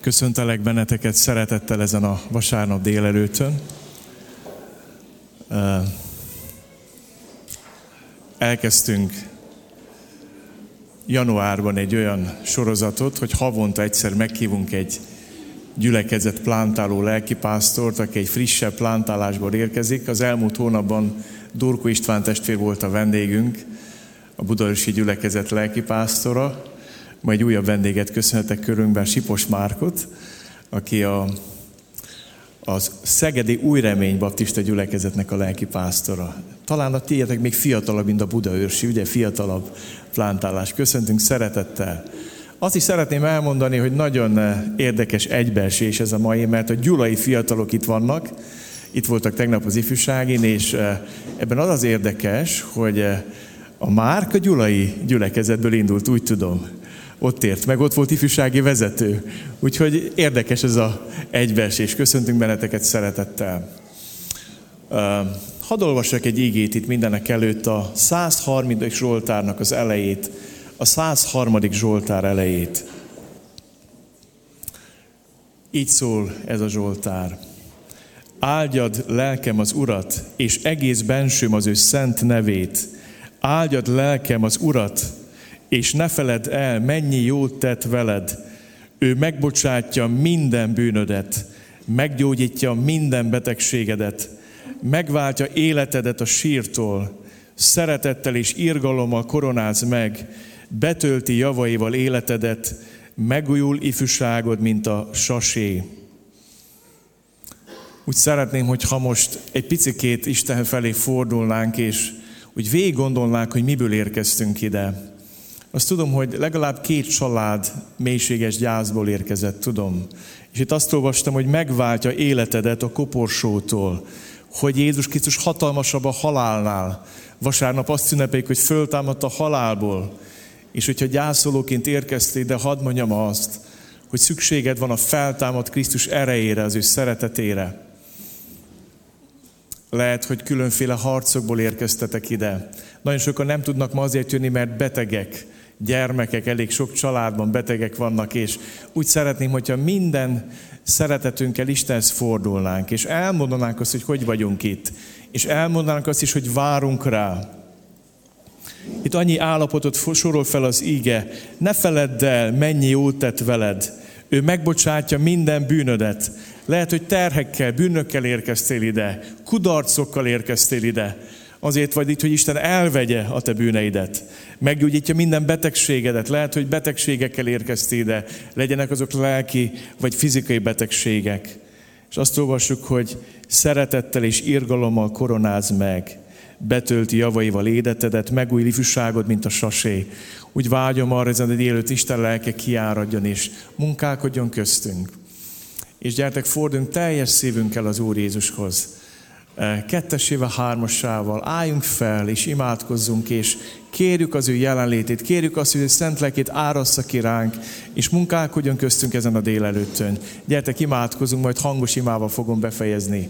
Köszöntelek benneteket szeretettel ezen a vasárnap délelőttön. Elkezdtünk januárban egy olyan sorozatot, hogy havonta egyszer meghívunk egy gyülekezet plántáló lelkipásztort, aki egy frissebb plántálásból érkezik. Az elmúlt hónapban Durko István testvér volt a vendégünk, a budaörsi gyülekezet lelkipásztora. Ma egy újabb vendéget köszönhetek körünkben, Sipos Márkot, aki a Szegedi Új Remény baptista gyülekezetnek a lelkipásztora. Talán a tiétek még fiatalabb, mint a budaörsi, ugye fiatalabb plántálás. Köszöntünk szeretettel. Azt is szeretném elmondani, hogy nagyon érdekes egybeesés ez a mai, mert a gyulai fiatalok itt vannak, itt voltak tegnap az ifjúságin, és ebben az érdekes, hogy a Márk a gyulai gyülekezetből indult, úgy tudom. Ott ért meg, ott volt ifjúsági vezető. Úgyhogy érdekes ez az egybeesés. Köszöntünk benneteket szeretettel. Hadd olvassak egy igét itt mindenek előtt, a 130. Zsoltárnak az elejét, a 103. Zsoltár elejét. Így szól ez a Zsoltár. Áldjad lelkem az Urat, és egész bensőm az ő szent nevét. Áldjad lelkem az Urat, és ne feledd el, mennyi jót tett veled. Ő megbocsátja minden bűnödet, meggyógyítja minden betegségedet, megváltja életedet a sírtól, szeretettel és irgalommal koronáz meg, betölti javaival életedet, megújul ifjúságod, mint a sasé. Úgy szeretném, hogyha most egy picikét Isten felé fordulnánk, és úgy végig gondolnánk, hogy miből érkeztünk ide. Azt tudom, hogy legalább 2 család mélységes gyászból érkezett, tudom. És itt azt olvastam, hogy megváltja életedet a koporsótól, hogy Jézus Krisztus hatalmasabb a halálnál. Vasárnap azt ünnepeljük, hogy föltámadt a halálból. És hogyha gyászolóként érkeztél, de hadd mondjam azt, hogy szükséged van a feltámadt Krisztus erejére, az ő szeretetére. Lehet, hogy különféle harcokból érkeztetek ide. Nagyon sokan nem tudnak ma azért jönni, mert betegek, gyermekek, elég sok családban betegek vannak, és úgy szeretném, hogyha minden szeretetünkkel Istenhez fordulnánk, és elmondanánk azt, hogy vagyunk itt, és elmondanánk azt is, hogy várunk rá. Itt annyi állapotot sorol fel az íge, ne feledd el, mennyi jót tett veled. Ő megbocsátja minden bűnödet. Lehet, hogy terhekkel, bűnökkel érkeztél ide, kudarcokkal érkeztél ide. Azért vagy itt, hogy Isten elvegye a te bűneidet. Meggyógyítja minden betegségedet. Lehet, hogy betegségekkel érkeztél ide. Legyenek azok lelki vagy fizikai betegségek. És azt olvassuk, hogy szeretettel és irgalommal koronáz meg. Betölti javaival életedet, megújul ifjúságod, mint a sasé. Úgy vágyom arra, ezen a délelőtt Isten lelke kiáradjon és munkálkodjon köztünk. És gyertek, forduljunk teljes szívünkkel az Úr Jézushoz. 2-esével, 3-asával álljunk fel, és imádkozzunk, és kérjük az ő jelenlétét, kérjük azt, hogy ő szent lelkét árassza ki ránk, és munkálkodjon köztünk ezen a délelőttön. Gyertek, imádkozzunk, majd hangos imával fogom befejezni.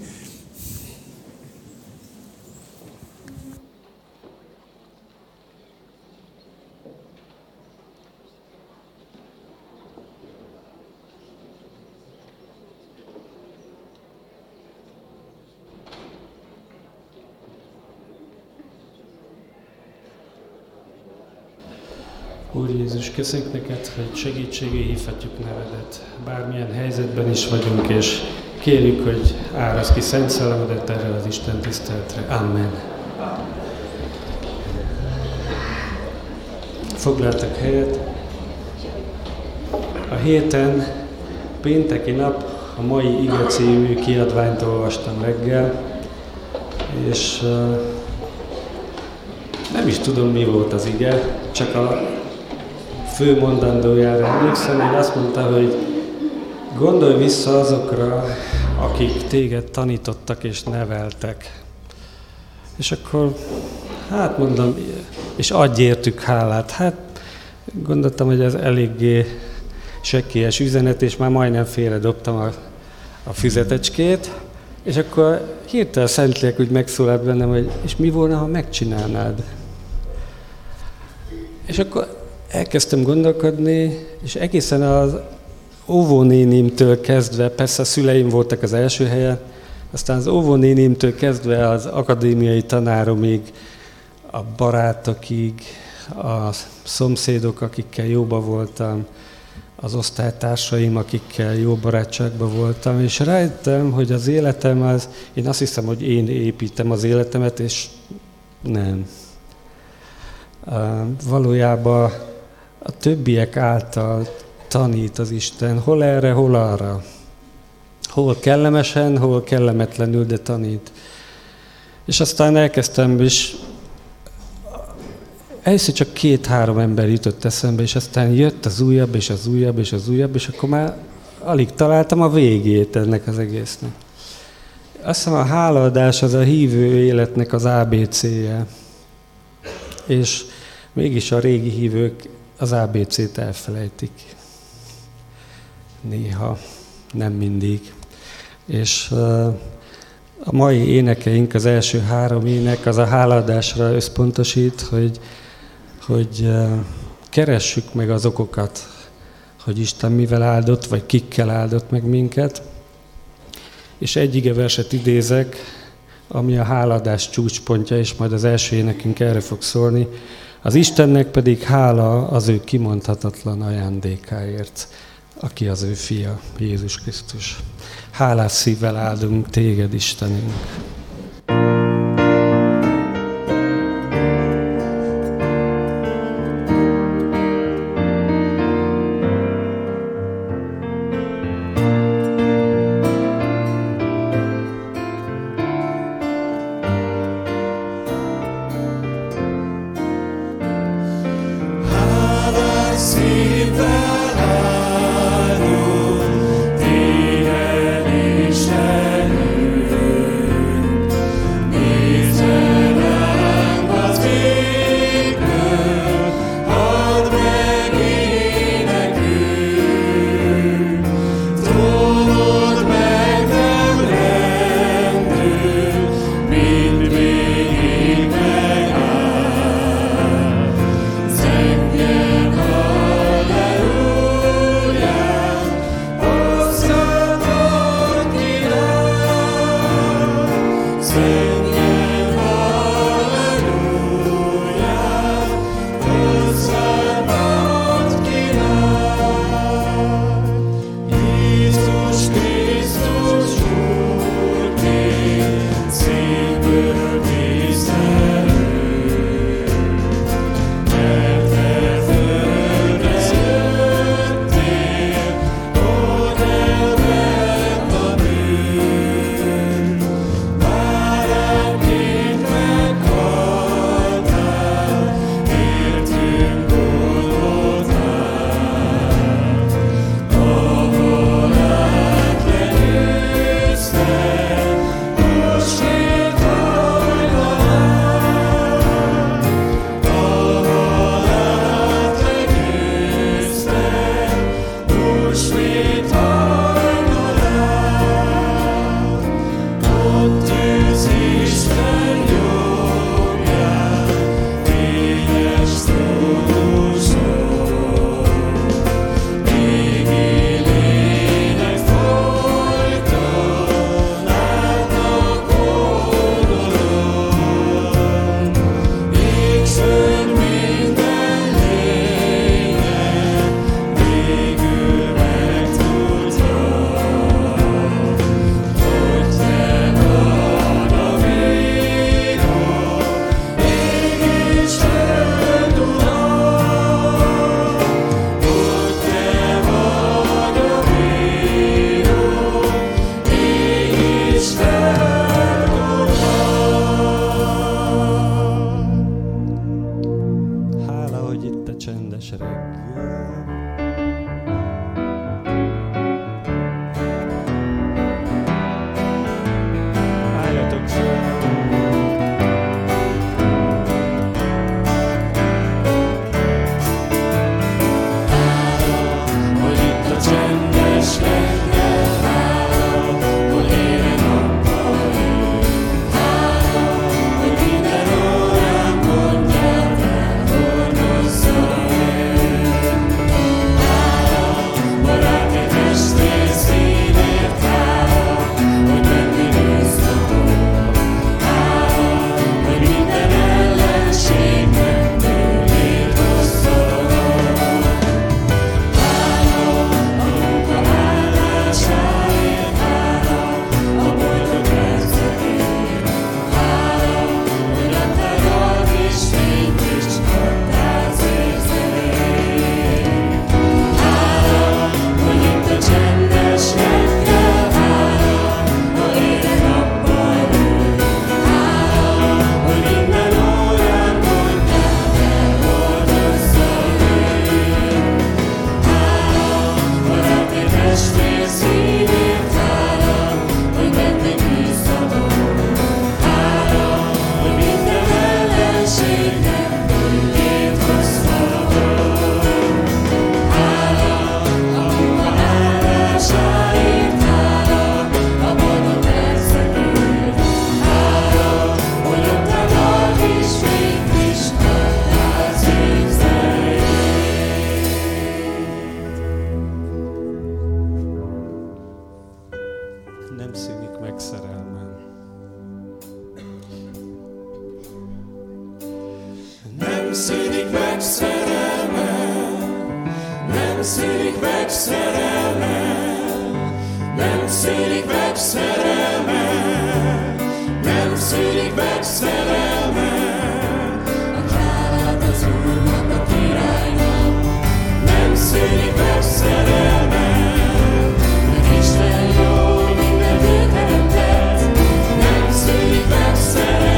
Úr Jézus, köszönjük neked, hogy segítségé hívhatjuk nevedet. Bármilyen helyzetben is vagyunk, és kérjük, hogy árasz ki szent szellemedet erre az Isten tiszteletre. Amen. Foglaltak helyet. A héten, pénteki nap a Mai Ige című kiadványt olvastam reggel, és nem is tudom, mi volt az ige, csak a fő mondandójára emlékszem, hogy azt mondta, hogy gondolj vissza azokra, akik téged tanítottak és neveltek. És akkor, hát mondom, és adj értük hálát. Hát gondoltam, hogy ez eléggé sekkélyes üzenet, és már majdnem félredobtam a füzetecskét, és akkor hirtelen Szentlélek úgy megszólalt bennem, hogy és mi volna, ha megcsinálnád? És akkor elkezdtem gondolkodni, és egészen óvónénimtől kezdve, persze a szüleim voltak az első helyen, aztán az óvónénimtől kezdve az akadémiai tanáromig, a barátokig, a szomszédok, akikkel jóba voltam, az osztálytársaim, akikkel jó barátságban voltam, és rájöttem, hogy az életem az, én azt hiszem, hogy én építem az életemet, és nem. Valójában a többiek által tanít az Isten, hol erre, hol arra. Hol kellemesen, hol kellemetlenül, de tanít. És aztán elkezdtem, és először csak 2-3 ember jutott eszembe, és aztán jött az újabb, és az újabb, és az újabb, és akkor már alig találtam a végét ennek az egésznek. Azt hiszem, a hálaadás az a hívő életnek az ABC-je. És mégis a régi hívők az ABC-t elfelejtik. Néha, nem mindig. És a mai énekeink, az első 3 ének, az a hálaadásra összpontosít, hogy keressük meg az okokat, hogy Isten mivel áldott, vagy kikkel áldott meg minket. És egy igeverset idézek, ami a hálaadás csúcspontja, és majd az első énekünk erre fog szólni. Az Istennek pedig hála az ő kimondhatatlan ajándékáért, aki az ő fia, Jézus Krisztus. Hálás szívvel áldunk téged, Istenünk! meg szerelmem, nem szűnik meg szerelmem, nem szűnik meg szerelmem, nem szűnik meg szerelmem. A család az Úrnak, a királynak, nem szűnik meg szerelmem, mert Isten jó, minden ő teremtett, nem szűnik meg szerelmem.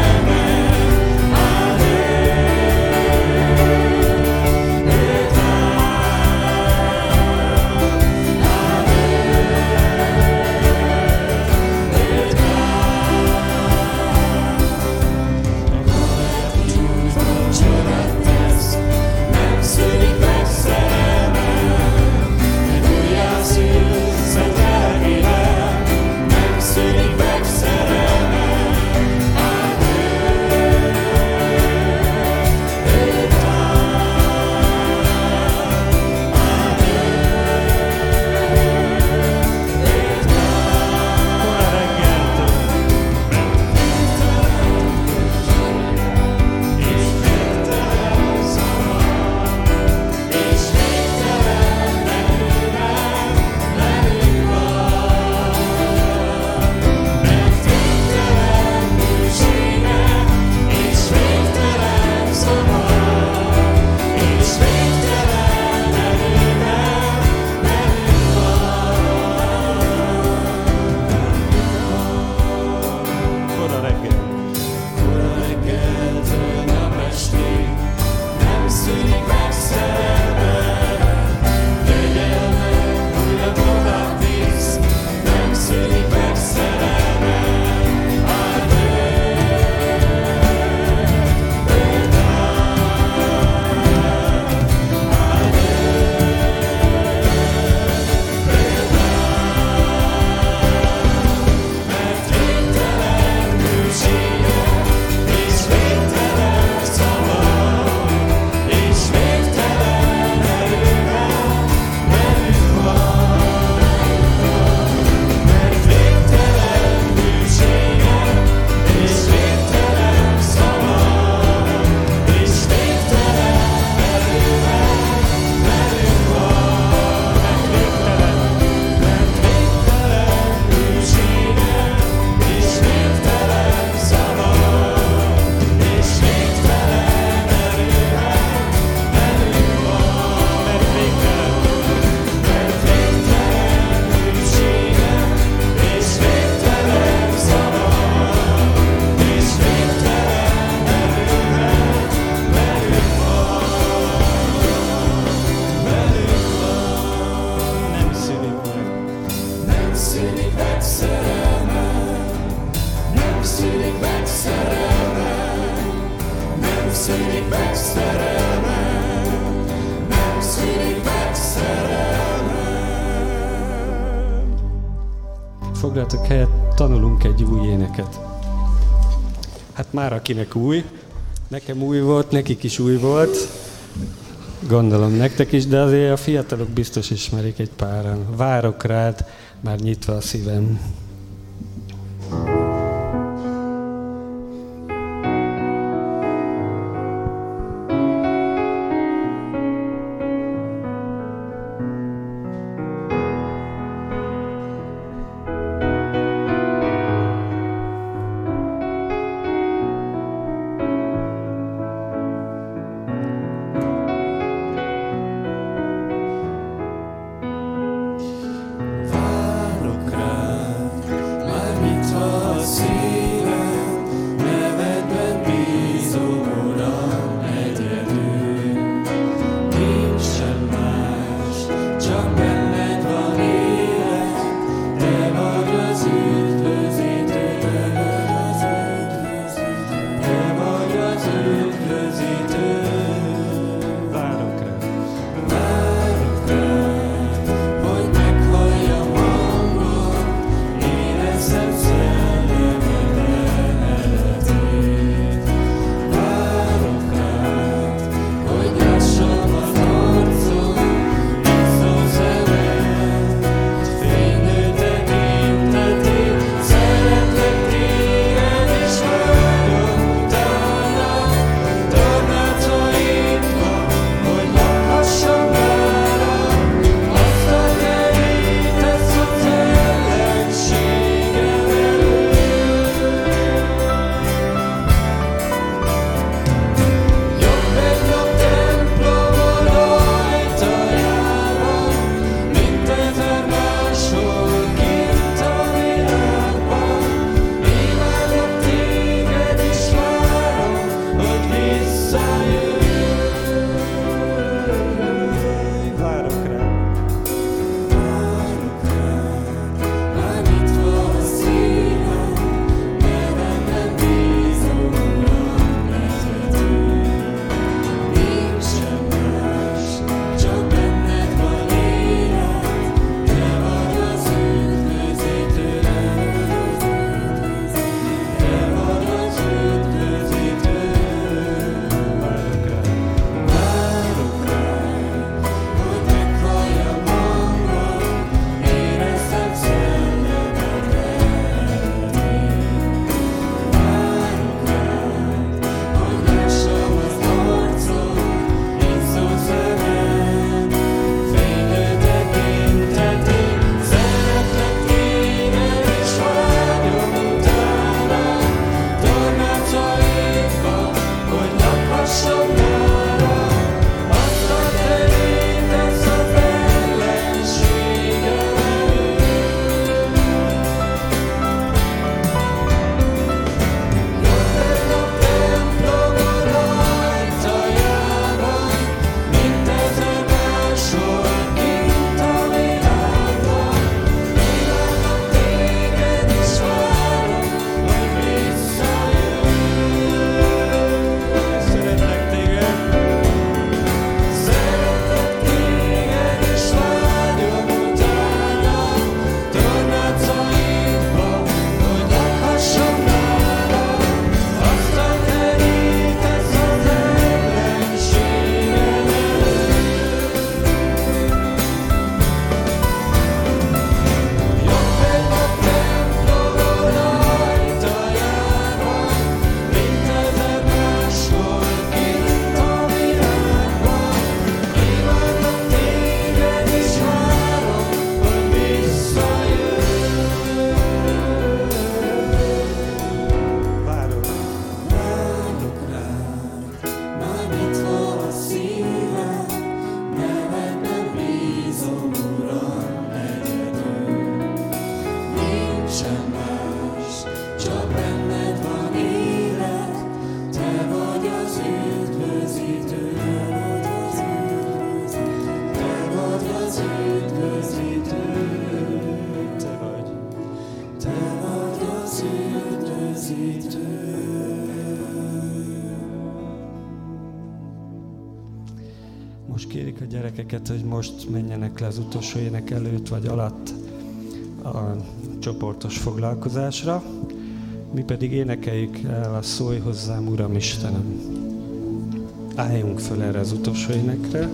Foglaltok helyet, tanulunk egy új éneket. Hát már akinek új, nekem új volt, nekik is új volt, gondolom nektek is, de azért a fiatalok biztos ismerik egy páran. Várok rád, már nyitva a szívem. Várok rád, gyerekeket, hogy most menjenek le az utolsó ének előtt vagy alatt a csoportos foglalkozásra. Mi pedig énekeljük el a Szólj hozzám, Uram Istenem. Álljunk föl erre az utolsó énekre.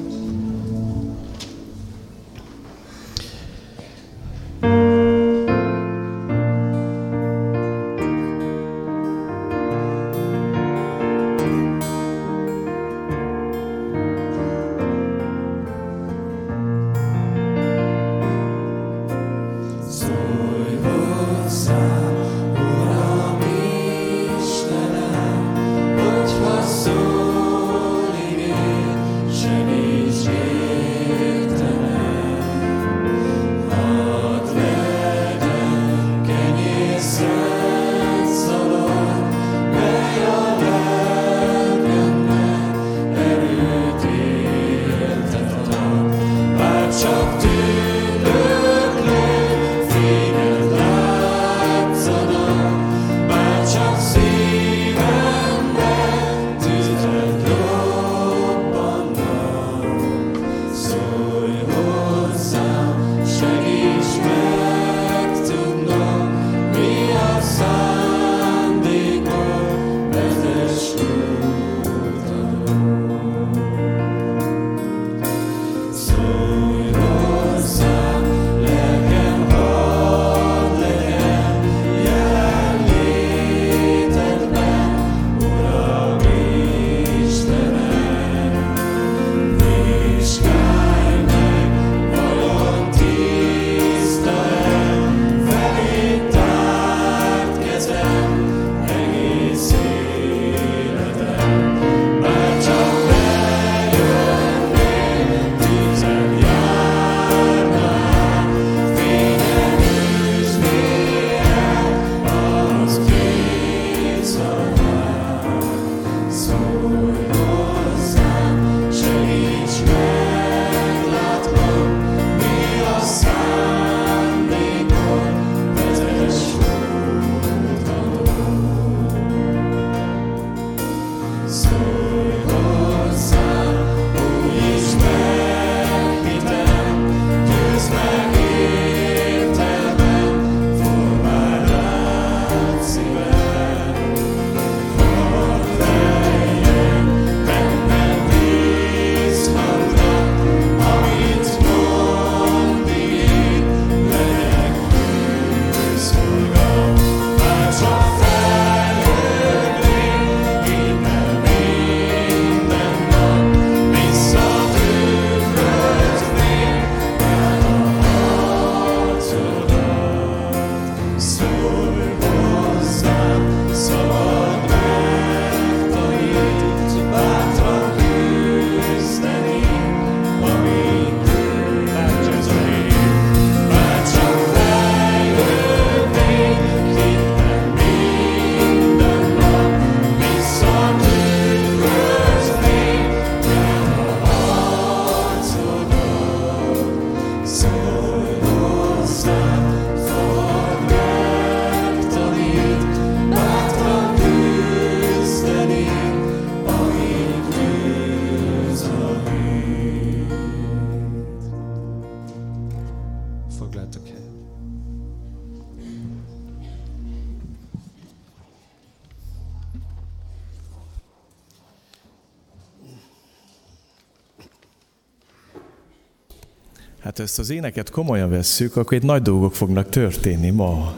Hát ezt az éneket komolyan vesszük, akkor itt nagy dolgok fognak történni ma.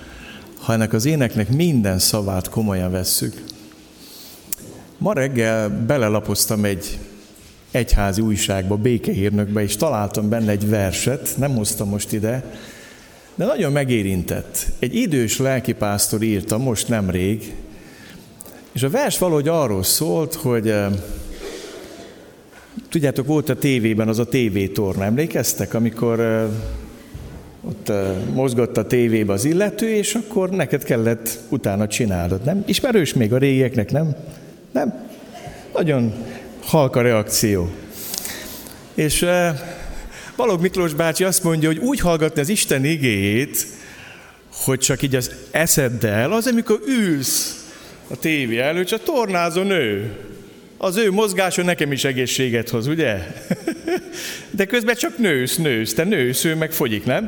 Ha ennek az éneknek minden szavát komolyan vesszük. Ma reggel belelapoztam egy egyházi újságba, Békehírnökbe, és találtam benne egy verset, nem hoztam most ide, de nagyon megérintett. Egy idős lelkipásztor írta most nemrég, és a vers valahogy arról szólt, hogy tudjátok, volt a tévében az a tévétorna, emlékeztek, amikor ott mozgott a tévébe az illető, és akkor neked kellett utána csinálnod, nem? Ismerős még a régieknek, nem? Nem? Nagyon halk a reakció. És Balogh Miklós bácsi azt mondja, hogy úgy hallgatni az Isten igéjét, hogy csak így az eszeddel, az, amikor ülsz a tévé előtt, csak tornázon ő. Az ő mozgása nekem is egészséget hoz, ugye? De közben csak nősz, te nősz, ő meg fogyik, nem?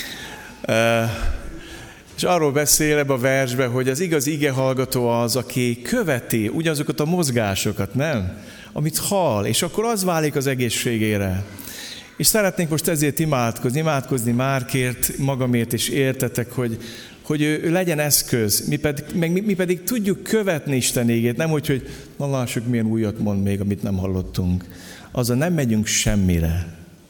És arról beszél ebbe a versbe, hogy az igazi igehallgató az, aki követi ugyanazokat a mozgásokat, nem? Amit hall, és akkor az válik az egészségére. És szeretnénk most ezért imádkozni Márkért, magamért is értetek, hogy ő legyen eszköz, mi pedig tudjuk követni Isten igét, nem hogy na lássuk, milyen újat mond még, amit nem hallottunk. Azzal nem megyünk semmire.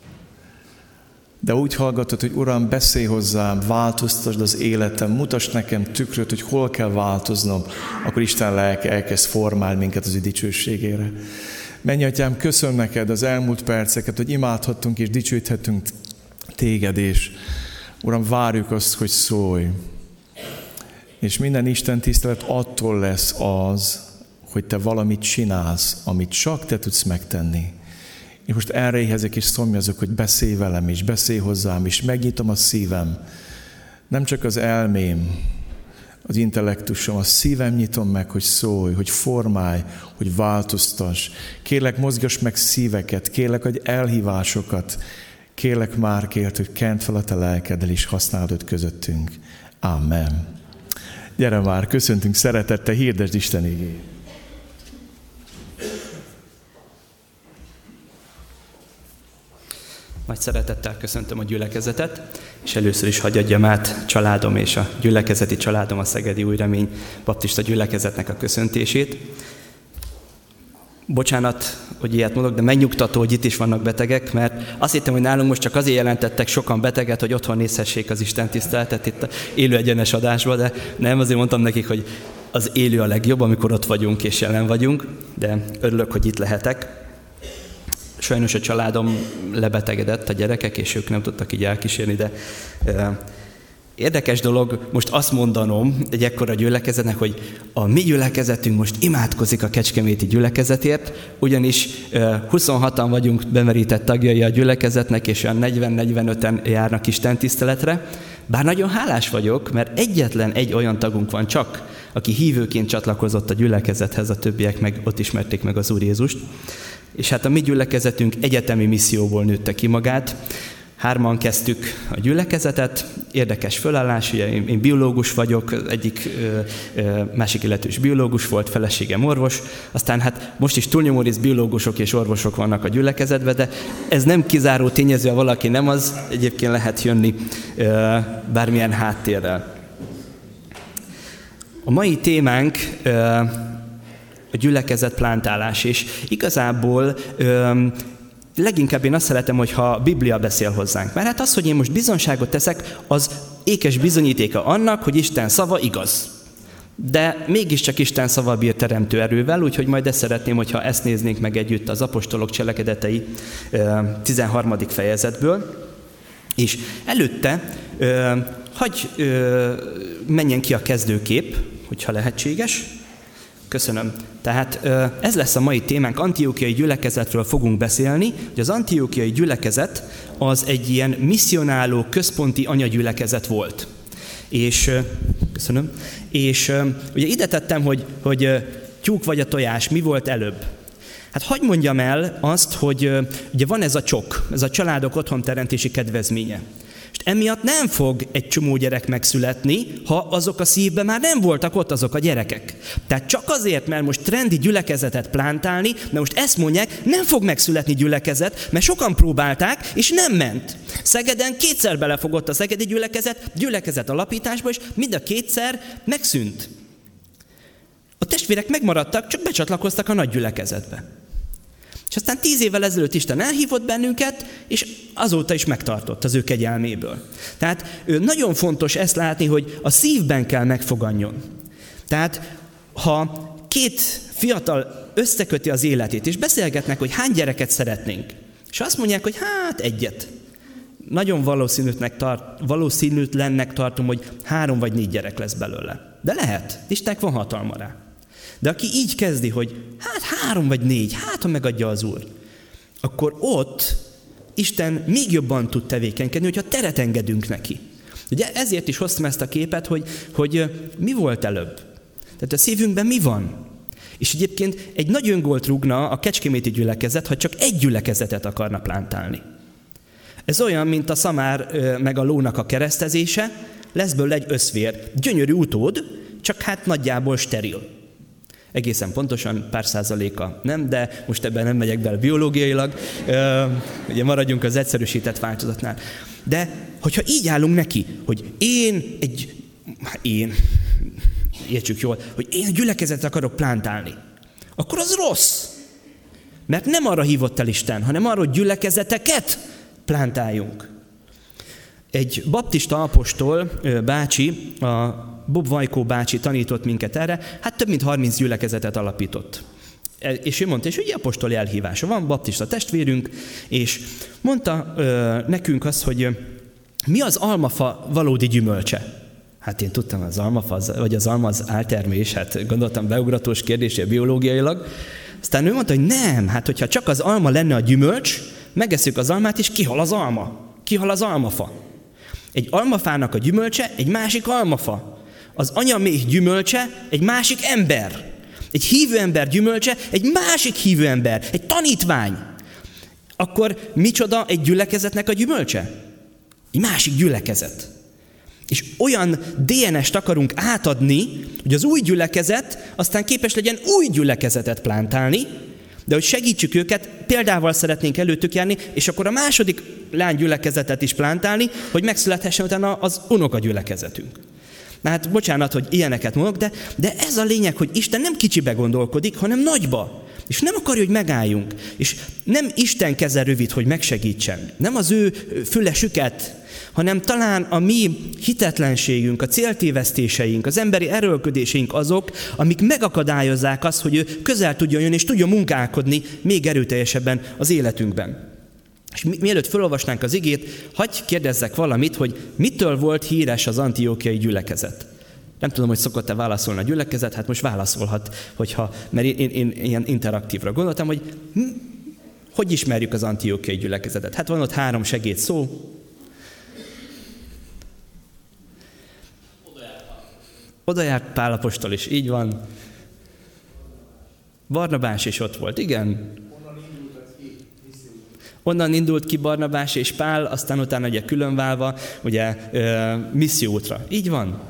De úgy hallgatod, hogy Uram, beszélj hozzám, változtasd az életem, mutasd nekem tükröt, hogy hol kell változnom, akkor Isten lelke elkezd formálni minket az ő dicsőségére. Menj, Atyám, köszönöm neked az elmúlt perceket, hogy imádhattunk és dicsőíthetünk téged, és Uram, várjuk azt, hogy szólj. És minden Isten tisztelet attól lesz az, hogy te valamit csinálsz, amit csak te tudsz megtenni. Én most erre éhezek és szomjazok, hogy beszélj velem is, beszélj hozzám is, megnyitom a szívem. Nem csak az elmém, az intellektusom, a szívem nyitom meg, hogy szólj, hogy formálj, hogy változtass. Kérlek, mozgass meg szíveket, kérlek, adj elhívásokat. Kérlek Márkért, hogy kent fel a te lelkeddel és használd őt közöttünk. Amen. Gyere már, köszöntünk szeretettel, hirdesd Isten igét. Nagy szeretettel köszöntöm a gyülekezetet, és először is hadd adjam át családom és a gyülekezeti családom a Szegedi Új Remény Baptista gyülekezetnek a köszöntését. Bocsánat, hogy ilyet mondok, de megnyugtató, hogy itt is vannak betegek, mert azt hittem, hogy nálunk most csak azért jelentettek sokan beteget, hogy otthon nézhessék az Isten tiszteletet itt élő egyenes adásban, de nem, azért mondtam nekik, hogy az élő a legjobb, amikor ott vagyunk és jelen vagyunk, de örülök, hogy itt lehetek. Sajnos a családom lebetegedett, a gyerekek, és ők nem tudtak így elkísérni, de érdekes dolog most azt mondanom egy ekkora gyülekezetnek, hogy a mi gyülekezetünk most imádkozik a kecskeméti gyülekezetért, ugyanis 26-an vagyunk bemerített tagjai a gyülekezetnek, és olyan 40-45-en járnak istentiszteletre. Bár nagyon hálás vagyok, mert egyetlen egy olyan tagunk van csak, aki hívőként csatlakozott a gyülekezethez, a többiek meg ott ismerték meg az Úr Jézust. És hát a mi gyülekezetünk egyetemi misszióból nőtte ki magát. 3-an kezdtük a gyülekezetet, érdekes fölállás, ugye én biológus vagyok, másik illető is biológus volt, feleségem orvos, aztán hát most is túlnyomó rész biológusok és orvosok vannak a gyülekezetben, de ez nem kizáró tényező, ha valaki nem az, egyébként lehet jönni bármilyen háttérrel. A mai témánk a gyülekezet plántálás, és igazából leginkább én azt szeretem, hogyha a Biblia beszél hozzánk. Mert hát az, hogy én most bizonságot teszek, az ékes bizonyítéka annak, hogy Isten szava igaz. De mégiscsak Isten szava bír teremtő erővel, úgyhogy majd ezt szeretném, hogyha ezt néznénk meg együtt az apostolok cselekedetei 13. fejezetből. És előtte hagyj menjen ki a kezdőkép, hogyha lehetséges. Köszönöm. Tehát ez lesz a mai témánk, Antiochiai gyülekezetről fogunk beszélni, hogy az antiochiai gyülekezet az egy ilyen misszionáló, központi anyagyülekezet volt. És, köszönöm, és ugye ide tettem, hogy tyúk vagy a tojás, mi volt előbb? Hát hadd mondjam el azt, hogy ugye van ez a csok, ez a családok otthonteremtési kedvezménye. És emiatt nem fog egy csomó gyerek megszületni, ha azok a szívben már nem voltak ott azok a gyerekek. Tehát csak azért, mert most trendi gyülekezetet plántálni, de most ezt mondják, nem fog megszületni gyülekezet, mert sokan próbálták, és nem ment. Szegeden 2-szer belefogott a szegedi gyülekezet alapításba, és mind a 2-szer megszűnt. A testvérek megmaradtak, csak becsatlakoztak a nagy gyülekezetbe. És aztán 10 évvel ezelőtt Isten elhívott bennünket, és azóta is megtartott az ő kegyelméből. Tehát nagyon fontos ezt látni, hogy a szívben kell megfoganjon. Tehát ha 2 fiatal összeköti az életét, és beszélgetnek, hogy hány gyereket szeretnénk, és azt mondják, hogy hát 1. Nagyon valószínűtlennek tartom, hogy 3 vagy 4 gyerek lesz belőle. De lehet, Istennek van hatalma rá. De aki így kezdi, hogy hát 3 vagy 4, hát ha megadja az Úr, akkor ott Isten még jobban tud tevékenykedni, hogyha teret engedünk neki. Ugye ezért is hoztam ezt a képet, hogy mi volt előbb. Tehát a szívünkben mi van? És egyébként egy nagy öngolt rúgna a kecskeméti gyülekezet, ha csak egy gyülekezetet akarna plántálni. Ez olyan, mint a szamár meg a lónak a keresztezése, lesz belőle egy összvér. Gyönyörű utód, csak hát nagyjából steril. Egészen pontosan pár százaléka nem, de most ebben nem megyek bele biológiailag, ugye maradjunk az egyszerűsített változatnál. De hogyha így állunk neki, hogy értsük jól, hogy én gyülekezetet akarok plántálni, akkor az rossz. Mert nem arra hívott el Isten, hanem arra, hogy gyülekezeteket plántáljunk. Egy baptista apostol bácsi, a Bob Vajkó bácsi tanított minket erre, hát több mint 30 gyülekezetet alapított. És ő mondta, és ugye apostoli elhívása van, baptista testvérünk, és mondta nekünk azt, hogy mi az almafa valódi gyümölcse. Hát én tudtam, az almafa, vagy az alma az áltermés, hát gondoltam beugratós kérdésé biológiailag. Aztán ő mondta, hogy nem, hát hogyha csak az alma lenne a gyümölcs, megesszük az almát, és kihal az alma, kihal az almafa. Egy almafának a gyümölcse egy másik almafa. Az anyaméh gyümölcse egy másik ember. Egy hívő ember gyümölcse egy másik hívő ember, egy tanítvány. Akkor micsoda egy gyülekezetnek a gyümölcse? Egy másik gyülekezet. És olyan DNS-t akarunk átadni, hogy az új gyülekezet aztán képes legyen új gyülekezetet plántálni, de hogy segítsük őket, példával szeretnénk előttük járni, és akkor a második lánygyülekezetet is plántálni, hogy megszülethessen utána az unokagyülekezetünk. Na hát bocsánat, hogy ilyeneket mondok, de ez a lényeg, hogy Isten nem kicsibe gondolkodik, hanem nagyba. És nem akarja, hogy megálljunk. És nem Isten keze rövid, hogy megsegítsen. Nem az ő füle süket, hanem talán a mi hitetlenségünk, a céltévesztéseink, az emberi erőlködéseink azok, amik megakadályozzák azt, hogy ő közel tudjon jönni és tudjon munkálkodni még erőteljesebben az életünkben. És mielőtt felolvasnánk az igét, hadd kérdezzek valamit, hogy mitől volt híres az antiókiai gyülekezet. Nem tudom, hogy szokott-e válaszolni a gyülekezet, hát most válaszolhat, mert én ilyen interaktívra gondoltam, hogy ismerjük az antiókiai gyülekezetet. Hát van ott 3 segédszó. Oda járt Pál apostol is, így van. Barnabás is ott volt, igen. Onnan indult ki Barnabás és Pál, aztán utána ugye különválva, ugye misszióútra. Így van.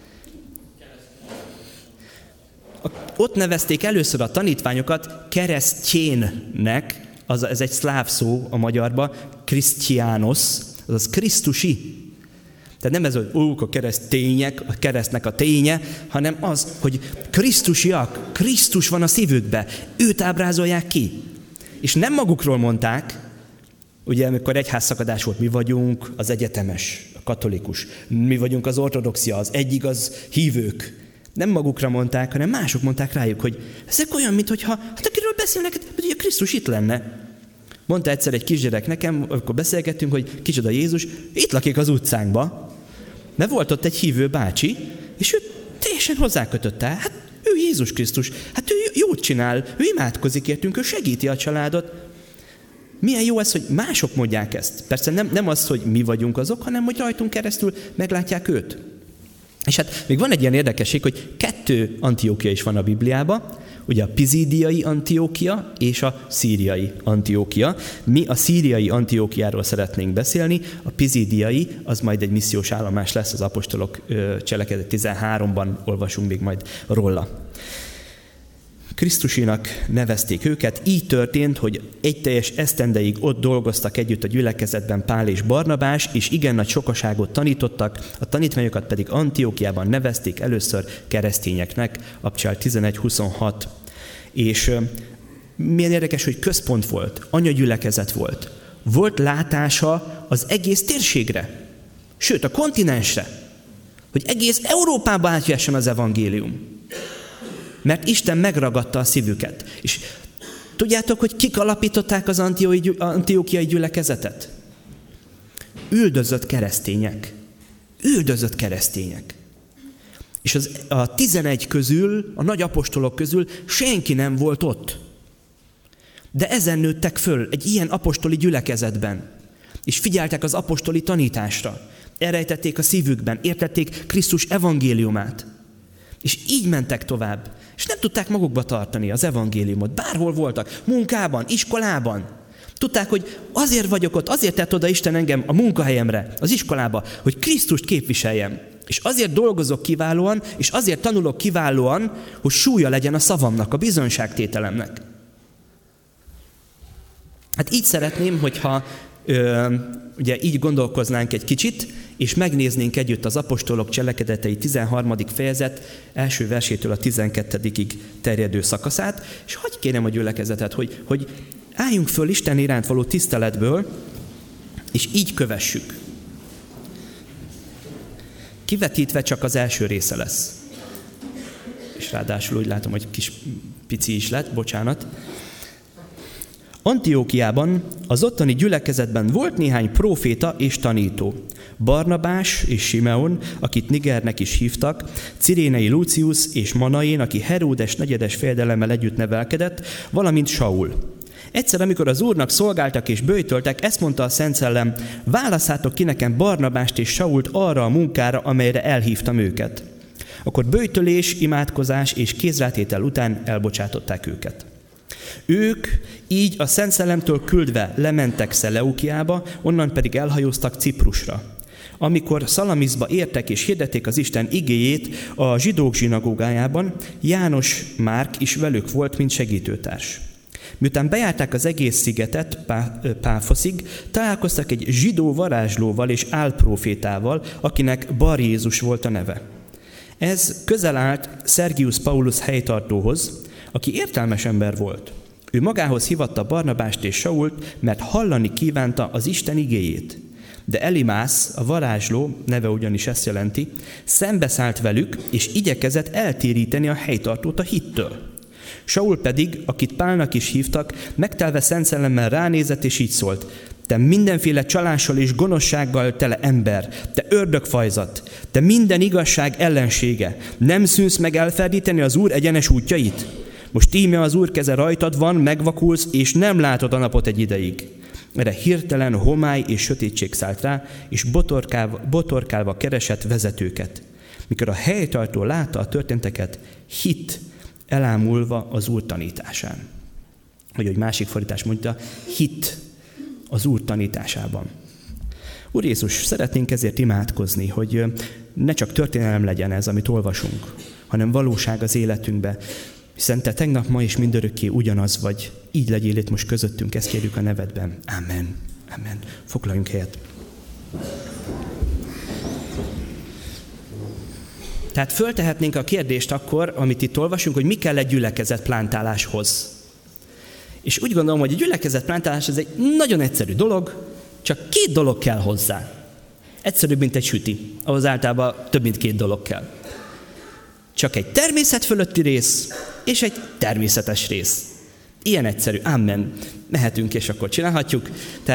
Ott nevezték először a tanítványokat keresztjénnek, ez egy szláv szó a magyarban, Christianos, azaz Krisztusi. Tehát nem ez, hogy a keresztények, a keresztnek a ténye, hanem az, hogy krisztusiak, Krisztus van a szívükbe, őt ábrázolják ki. És nem magukról mondták, ugye amikor egyházszakadás volt, mi vagyunk az egyetemes, a katolikus, mi vagyunk az ortodoxia, az egyigaz hívők. Nem magukra mondták, hanem mások mondták rájuk, hogy ezek olyan, mintha, hát akiről beszélnek, hogy a Krisztus itt lenne. Mondta egyszer egy kisgyerek nekem, amikor beszélgettünk, hogy kicsoda Jézus, itt lakik az utcánkba. Mert volt ott egy hívő bácsi, és ő teljesen hozzákötötte. Hát ő Jézus Krisztus, hát ő jót csinál, ő imádkozik értünk, ő segíti a családot. Milyen jó ez, hogy mások mondják ezt. Persze nem az, hogy mi vagyunk azok, hanem hogy rajtunk keresztül meglátják őt. És hát még van egy ilyen érdekesség, hogy 2 Antiókia is van a Bibliában, ugye a pizídiai Antiókia és a szíriai Antiókia. Mi a szíriai Antiókiáról szeretnénk beszélni, a pizídiai az majd egy missziós állomás lesz, az apostolok cselekedet 13-ban olvasunk még majd róla. Krisztusinak nevezték őket, így történt, hogy egy teljes esztendeig ott dolgoztak együtt a gyülekezetben Pál és Barnabás, és igen nagy sokaságot tanítottak, a tanítványokat pedig Antiókiában nevezték először keresztényeknek, Apostolok 11-26. És milyen érdekes, hogy központ volt, anyagyülekezet volt. Volt látása az egész térségre, sőt a kontinensre, hogy egész Európába átjöhessen az evangélium. Mert Isten megragadta a szívüket. És tudjátok, hogy kik alapították az antiókiai gyülekezetet? Üldözött keresztények. Üldözött keresztények. És a 11 közül, a nagy apostolok közül senki nem volt ott. De ezen nőttek föl egy ilyen apostoli gyülekezetben. És figyeltek az apostoli tanításra. Elrejtették a szívükben, értették Krisztus evangéliumát. És így mentek tovább. És nem tudták magukba tartani az evangéliumot. Bárhol voltak, munkában, iskolában. Tudták, hogy azért vagyok ott, azért tett oda Isten engem a munkahelyemre, az iskolába, hogy Krisztust képviseljem. És azért dolgozok kiválóan, és azért tanulok kiválóan, hogy súlya legyen a szavamnak, a bizonyságtételemnek. Hát így szeretném, hogyha ugye így gondolkoznánk egy kicsit, és megnéznénk együtt az apostolok cselekedetei 13. fejezet első versétől a 12. terjedő szakaszát, és hadd kérem a gyülekezetet, hogy álljunk föl Isten iránt való tiszteletből, és így kövessük. Kivetítve csak az első része lesz. És ráadásul úgy látom, hogy kis pici is lett, bocsánat. Antiókiában, az ottani gyülekezetben volt néhány próféta és tanító. Barnabás és Simeon, akit Nigernek is hívtak, Cirénei Lucius és Manaén, aki Heródes negyedes fejedelemmel együtt nevelkedett, valamint Saul. Egyszer, amikor az Úrnak szolgáltak és böjtöltek, ezt mondta a Szent Szellem, válasszátok ki nekem Barnabást és Sault arra a munkára, amelyre elhívtam őket. Akkor böjtölés, imádkozás és kézrátétel után elbocsátották őket. Ők így a Szent Szellemtől küldve lementek Szeleukiába, onnan pedig elhajóztak Ciprusra. Amikor Szalamiszba értek és hirdették az Isten igéjét a zsidók zsinagógájában, János Márk is velük volt, mint segítőtárs. Miután bejárták az egész szigetet Páfoszig, találkoztak egy zsidó varázslóval és álprofétával, akinek Bar Jézus volt a neve. Ez közel állt Sergius Paulus helytartóhoz, aki értelmes ember volt. Ő magához hívatta Barnabást és Sault, mert hallani kívánta az Isten igéjét. De Elimász, a varázsló, neve ugyanis ezt jelenti, szembeszállt velük, és igyekezett eltéríteni a helytartót a hittől. Saul pedig, akit Pálnak is hívtak, megtelve Szent Szellemmel ránézett, és így szólt: te mindenféle csalással és gonoszsággal tele ember, te ördögfajzat, te minden igazság ellensége, nem szűnsz meg elferdíteni az Úr egyenes útjait? Most íme az Úr keze rajtad van, megvakulsz, és nem látod a napot egy ideig. Erre hirtelen homály és sötétség szállt rá, és botorkálva keresett vezetőket. Mikor a helytartó látta a történteket, hitt, elámulva az Úr tanításán. Vagy egy másik fordítás mondta, hitt az Úr tanításában. Úr Jézus, szeretnénk ezért imádkozni, hogy ne csak történelem legyen ez, amit olvasunk, hanem valóság az életünkbe, hiszen te tegnap, ma és mindörökké ugyanaz vagy. Így legyél itt most közöttünk, ezt kérjük a nevedben. Amen. Amen. Foglaljunk helyet. Tehát föltehetnénk a kérdést akkor, amit itt olvasunk, hogy mi kell egy gyülekezetplántáláshoz. És úgy gondolom, hogy a gyülekezetplántálás ez egy nagyon egyszerű dolog, csak 2 dolog kell hozzá. Egyszerűbb, mint egy süti. Ahhoz általában több mint 2 dolog kell. Csak egy természet fölötti rész, és egy természetes rész. Ilyen egyszerű. Amen. Mehetünk, és akkor csinálhatjuk.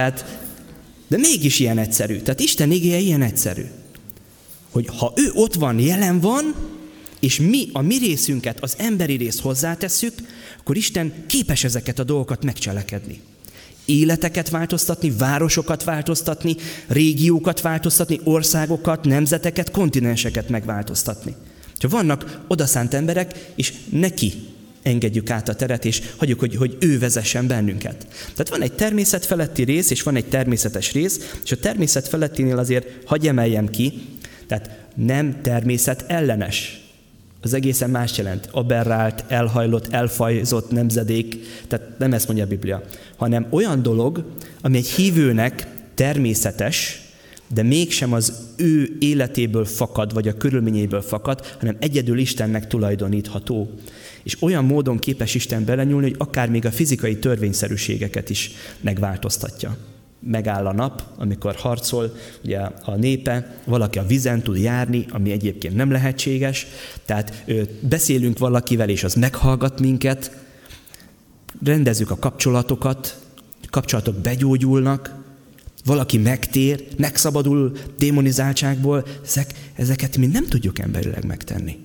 De mégis ilyen egyszerű. Tehát Isten igéje ilyen egyszerű. Hogy ha ő ott van, jelen van, és mi a mi részünket, az emberi részt hozzátesszük, akkor Isten képes ezeket a dolgokat megcselekedni. Életeket változtatni, városokat változtatni, régiókat változtatni, országokat, nemzeteket, kontinenseket megváltoztatni. Ha vannak odaszánt emberek, és neki engedjük át a teret, és hagyjuk, hogy ő vezessen bennünket. Tehát van egy természet feletti rész, és van egy természetes rész, és a természet felettinél azért hadd emeljem ki, tehát nem természet ellenes. Az egészen más jelent. Aberrált, elhajlott, elfajzott nemzedék, tehát nem ezt mondja a Biblia, hanem olyan dolog, ami egy hívőnek természetes, de mégsem az ő életéből fakad, vagy a körülményéből fakad, hanem egyedül Istennek tulajdonítható. És olyan módon képes Isten belenyúlni, hogy akár még a fizikai törvényszerűségeket is megváltoztatja. Megáll a nap, amikor harcol ugye a népe, valaki a vízen tud járni, ami egyébként nem lehetséges, tehát beszélünk valakivel, és az meghallgat minket, rendezzük a kapcsolatok begyógyulnak, valaki megtér, megszabadul démonizáltságból, ezeket mi nem tudjuk emberileg megtenni.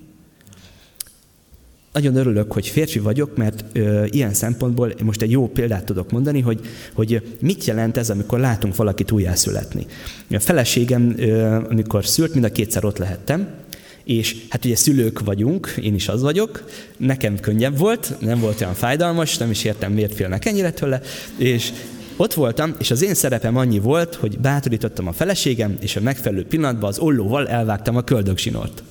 Nagyon örülök, hogy férfi vagyok, mert ilyen szempontból most egy jó példát tudok mondani, hogy mit jelent ez, amikor látunk valakit újjászületni. A feleségem, amikor szült, mind a 2-szer ott lehettem, és hát ugye szülők vagyunk, én is az vagyok, nekem könnyebb volt, nem volt olyan fájdalmas, nem is értem, miért félnek ennyire tőle, és ott voltam, és az én szerepem annyi volt, hogy bátorítottam a feleségem, és a megfelelő pillanatban az ollóval elvágtam a köldögzsinort.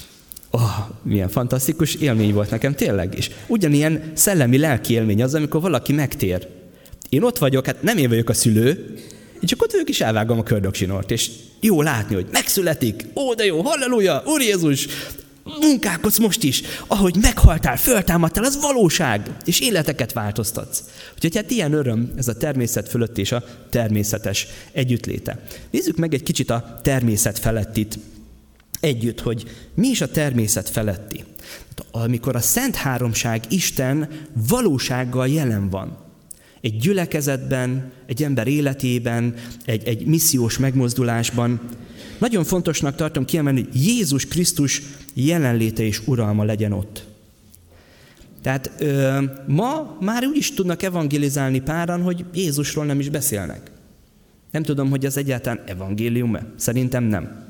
Milyen fantasztikus élmény volt nekem tényleg. És ugyanilyen szellemi, lelki élmény az, amikor valaki megtér. Én ott vagyok, hát nem én vagyok a szülő, én csak ott vagyok, és elvágom a köldögzsinort. És jó látni, hogy megszületik, de jó, halleluja, Úr Jézus, munkálkodsz most is, ahogy meghaltál, föltámadtál, az valóság, és életeket változtatsz. Úgyhogy hát ilyen öröm ez a természet fölött és a természetes együttléte. Nézzük meg egy kicsit a természet felettit együtt, hogy mi is a természet feletti. Amikor a Szent Háromság, Isten valósággal jelen van. Egy gyülekezetben, egy ember életében, egy missziós megmozdulásban. Nagyon fontosnak tartom kiemelni, hogy Jézus Krisztus jelenléte és uralma legyen ott. Tehát ma már úgy is tudnak evangelizálni páran, hogy Jézusról nem is beszélnek. Nem tudom, hogy ez egyáltalán evangélium-e. Szerintem nem.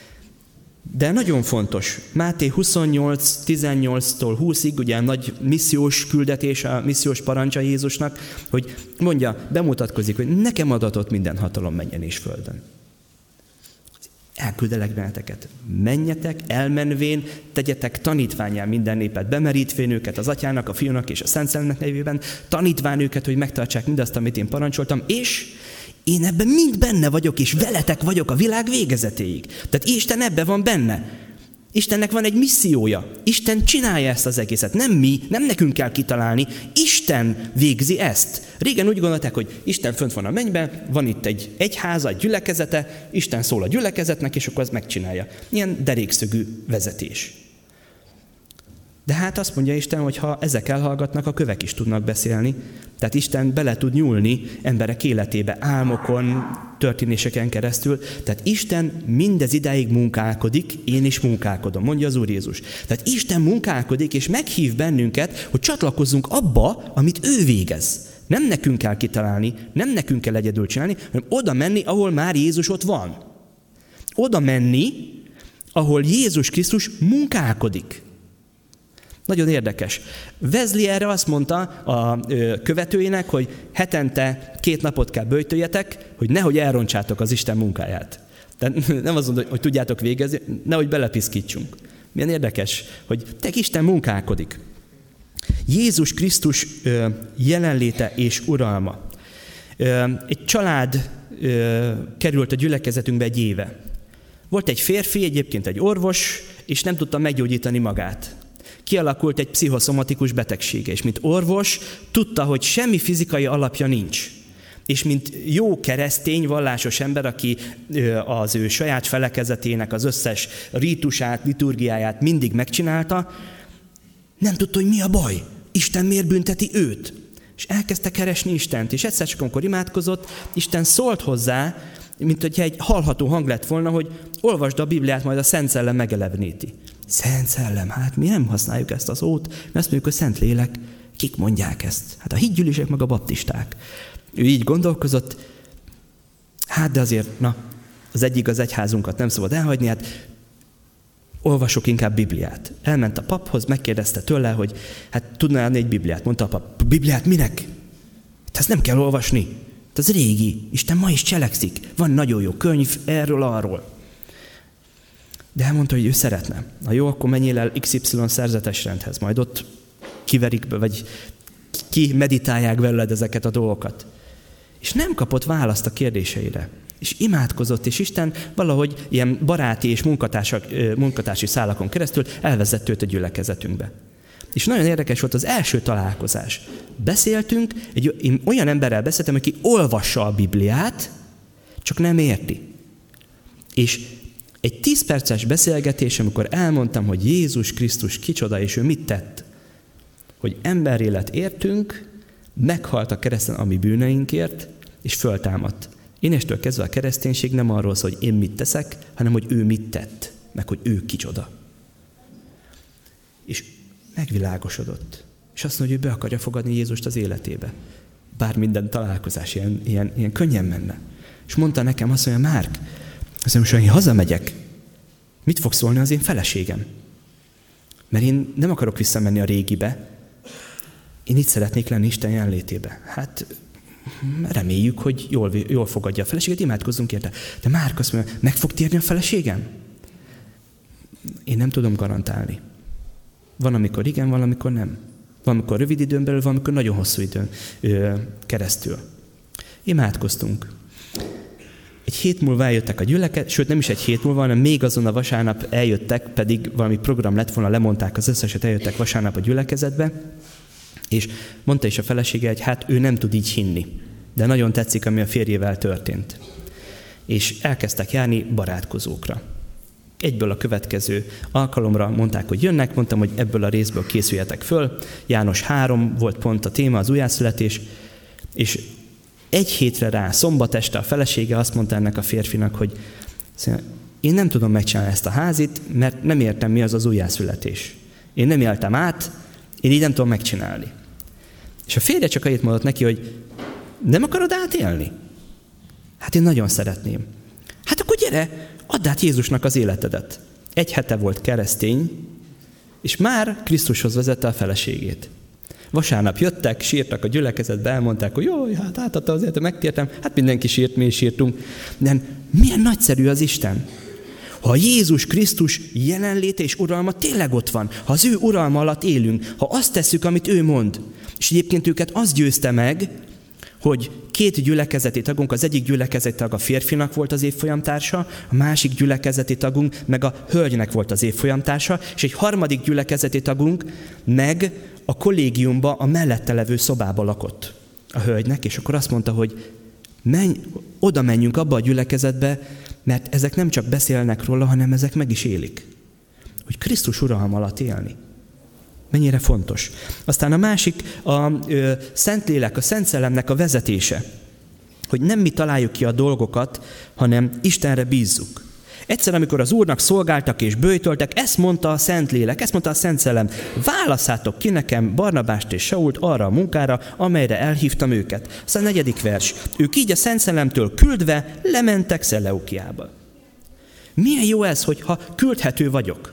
De nagyon fontos. Máté 28, 18-tól 20-ig, ugye a nagy missziós küldetés, a missziós parancsa Jézusnak, hogy mondja, bemutatkozik, hogy nekem adatott minden hatalom mennyen és földön. Elküldelek benneteket. Menjetek, elmenvén, tegyetek tanítvánnyá minden népet, bemerítvén őket az Atyának, a Fiúnak és a Szent Szellemnek nevében, tanítván őket, hogy megtartsák mindazt, amit én parancsoltam, és én ebben mind benne vagyok, és veletek vagyok a világ végezetéig. Tehát Isten ebben van benne. Istennek van egy missziója. Isten csinálja ezt az egészet. Nem mi, nem nekünk kell kitalálni. Isten végzi ezt. Régen úgy gondolták, hogy Isten fönt van a mennyben, van itt egy egyháza, egy gyülekezete, Isten szól a gyülekezetnek, és akkor az megcsinálja. Ilyen derékszögű vezetés. De hát azt mondja Isten, hogy ha ezek elhallgatnak, a kövek is tudnak beszélni. Tehát Isten bele tud nyúlni emberek életébe, álmokon, történéseken keresztül. Tehát Isten mindez idáig munkálkodik, én is munkálkodom, mondja az Úr Jézus. Tehát Isten munkálkodik, és meghív bennünket, hogy csatlakozzunk abba, amit ő végez. Nem nekünk kell kitalálni, nem nekünk kell egyedül csinálni, hanem oda menni, ahol már Jézus ott van. Oda menni, ahol Jézus Krisztus munkálkodik. Nagyon érdekes. Wesley erre azt mondta a követőinek, hogy hetente 2 napot kell böjtöljetek, hogy nehogy elrontsátok az Isten munkáját. Tehát nem azt mondja, hogy tudjátok végezni, nehogy belepiszkítsunk. Milyen érdekes, hogy Isten munkálkodik. Jézus Krisztus jelenléte és uralma. Egy család került a gyülekezetünkbe egy éve. Volt egy férfi, egyébként egy orvos, és nem tudta meggyógyítani magát. Kialakult egy pszichoszomatikus betegsége, és mint orvos tudta, hogy semmi fizikai alapja nincs. És mint jó keresztény, vallásos ember, aki az ő saját felekezetének az összes rítusát, liturgiáját mindig megcsinálta, nem tudta, hogy mi a baj. Isten miért bünteti őt? És elkezdte keresni Istent, és egyszer csak amikor imádkozott, Isten szólt hozzá, mint hogyha egy hallható hang lett volna, hogy olvasd a Bibliát, majd a Szent Szellem megeleveníti. Szent Szellem, hát mi nem használjuk ezt a szót, mert azt mondjuk, hogy Szent Lélek, kik mondják ezt? Hát a hídgyűlések meg a baptisták. Ő így gondolkozott, hát de azért, az egyik az egyházunkat nem szabad elhagyni, hát olvasok inkább Bibliát. Elment a paphoz, megkérdezte tőle, hogy hát tudna adni egy Bibliát. Mondta a pap, Bibliát minek? Hát ezt nem kell olvasni. Ez régi, Isten ma is cselekszik. Van nagyon jó könyv erről, arról. De elmondta, hogy ő szeretne. Na jó, akkor menjél el XY szerzetes rendhez, majd ott kiverik be, vagy kimeditálják belőled ezeket a dolgokat. És nem kapott választ a kérdéseire. És imádkozott, és Isten valahogy ilyen baráti és munkatársi szálakon keresztül elvezett őt a gyülekezetünkbe. És nagyon érdekes volt az első találkozás. Beszéltünk, én olyan emberrel beszéltem, aki olvassa a Bibliát, csak nem érti. És egy 10 perces beszélgetés, amikor elmondtam, hogy Jézus Krisztus kicsoda, és ő mit tett, hogy emberélet értünk, meghalt a kereszten a mi bűneinkért, és föltámadt. Innestől kezdve a kereszténység nem arról szól, hogy én mit teszek, hanem hogy ő mit tett, meg hogy ő kicsoda. És megvilágosodott. És azt mondja, hogy ő be akarja fogadni Jézust az életébe. Bár minden találkozás ilyen könnyen menne. És mondta nekem, azt mondja, Márk, azt mondja, hogy én hazamegyek, mit fog szólni az én feleségem? Mert én nem akarok visszamenni a régibe. Én itt szeretnék lenni Isten jelenlétébe. Hát reméljük, hogy jól fogadja a feleséget, imádkozzunk érte. De Márk azt mondja, meg fog térni a feleségem? Én nem tudom garantálni. Van, amikor igen, van, amikor nem. Van, amikor rövid időn belül, van, amikor nagyon hosszú időn keresztül. Imádkoztunk. Egy hét múlva eljöttek a gyülekezet, sőt nem is egy hét múlva, hanem még azon a vasárnap eljöttek, pedig valami program lett volna, lemondták az összeset, eljöttek vasárnap a gyülekezetbe, és mondta is a felesége, hogy hát ő nem tud így hinni, de nagyon tetszik, ami a férjével történt. És elkezdtek járni barátkozókra. Egyből a következő alkalomra mondták, hogy jönnek, mondtam, hogy ebből a részből készüljetek föl. János 3 volt pont a téma, az újjászületés, és egy hétre rá, szombat este a felesége azt mondta ennek a férfinak, hogy én nem tudom megcsinálni ezt a házit, mert nem értem, mi az az újjászületés. Én nem éltem át, én így nem tudom megcsinálni. És a férje csak annyit mondott neki, hogy nem akarod átélni? Hát én nagyon szeretném. Hát akkor gyere, add át Jézusnak az életedet. Egy hete volt keresztény, és már Krisztushoz vezette a feleségét. Vasárnap jöttek, sírtak a gyülekezetbe, elmondták, hogy jó, hát átadta az életet, megtértem. Hát mindenki sírt, mi is sírtunk. De milyen nagyszerű az Isten. Ha Jézus Krisztus jelenléte és uralma tényleg ott van, ha az ő uralma alatt élünk, ha azt tesszük, amit ő mond, és egyébként őket az győzte meg, hogy 2 gyülekezeti tagunk, az egyik gyülekezeti tag a férfinak volt az évfolyamtársa, a másik gyülekezeti tagunk meg a hölgynek volt az évfolyamtársa, és egy harmadik gyülekezeti tagunk meg a kollégiumba, a mellette levő szobába lakott a hölgynek, és akkor azt mondta, hogy oda menjünk abba a gyülekezetbe, mert ezek nem csak beszélnek róla, hanem ezek meg is élik. Hogy Krisztus uralma alatt élni. Mennyire fontos. Aztán a másik a Szentlélek, a Szent Szellemnek a vezetése. Hogy nem mi találjuk ki a dolgokat, hanem Istenre bízzuk. Egyszer, amikor az Úrnak szolgáltak és böjtöltek, ezt mondta a Szentlélek, ezt mondta a Szent Szellem, válasszátok ki nekem Barnabást és Sault arra a munkára, amelyre elhívtam őket. Aztán 4. vers. Ők így a Szent Szellemtől küldve lementek Szeleukiába. Milyen jó ez, hogyha küldhető vagyok.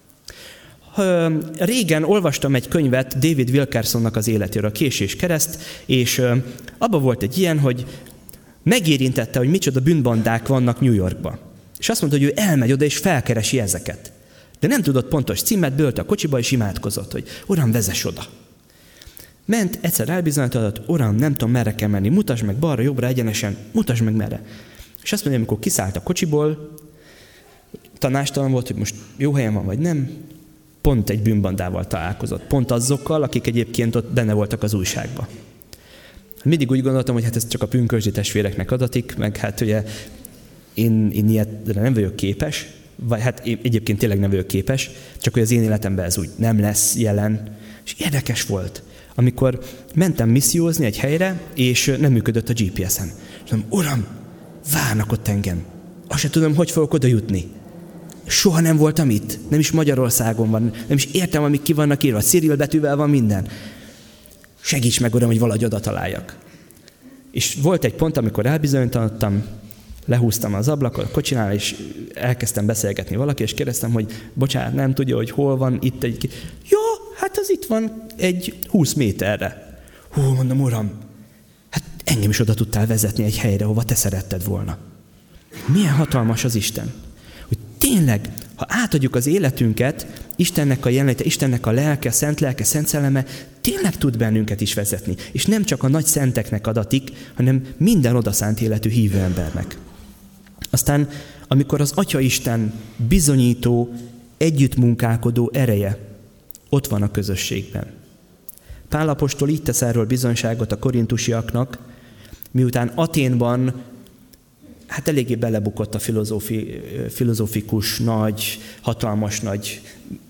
Régen olvastam egy könyvet David Wilkersonnak az életéről, a Kés és kereszt, és abban volt egy ilyen, hogy megérintette, hogy micsoda bűnbandák vannak New Yorkban. És azt mondta, hogy ő elmegy oda és felkeresi ezeket. De nem tudott pontos címet, beült a kocsiba és imádkozott, hogy Uram, vezess oda. Ment, egyszer elbizonyított, Uram, nem tudom, merre kell menni, mutasd meg balra, jobbra, egyenesen, mutasd meg merre. És azt mondja, amikor kiszállt a kocsiból, tanástalan volt, hogy most jó helyen van vagy nem, pont egy bűnbandával találkozott. Pont azokkal, akik egyébként ott benne voltak az újságban. Mindig úgy gondoltam, hogy hát ez csak a pünkösdi testvéreknek adatik, meg hát ugye én ilyetre nem vagyok képes, vagy hát én egyébként tényleg nem vagyok képes, csak hogy az én életemben ez úgy nem lesz jelen. És érdekes volt, amikor mentem missziózni egy helyre, és nem működött a GPS-em. És mondom, Uram, várnak ott engem. Azt sem tudom, hogy fogok oda jutni. Soha nem voltam itt, nem is Magyarországon van, nem is értem, amik ki vannak írva, Cyril betűvel van minden. Segíts meg, Uram, hogy valahogy oda találjak. És volt egy pont, amikor elbizonytalanodtam, lehúztam az ablakot a kocsinál, és elkezdtem beszélgetni valaki, és kérdeztem, hogy bocsánat, nem tudja, hogy hol van itt egy... Jó, hát az itt van egy 20 méterre. Hú, mondom, Uram, hát engem is oda tudtál vezetni egy helyre, hova te szeretted volna. Milyen hatalmas az Isten. Hogy tényleg, ha átadjuk az életünket, Istennek a jelenléte, Istennek a lelke, szent lelke, szent szelleme tényleg tud bennünket is vezetni. És nem csak a nagy szenteknek adatik, hanem minden odaszánt életű hívő embernek. Aztán, amikor az Atya Isten bizonyító, együttmunkálkodó ereje ott van a közösségben. Pál apostol így tesz erről bizonyságot a korintusiaknak, miután Aténban hát eléggé belebukott a filozófikus, nagy, hatalmas nagy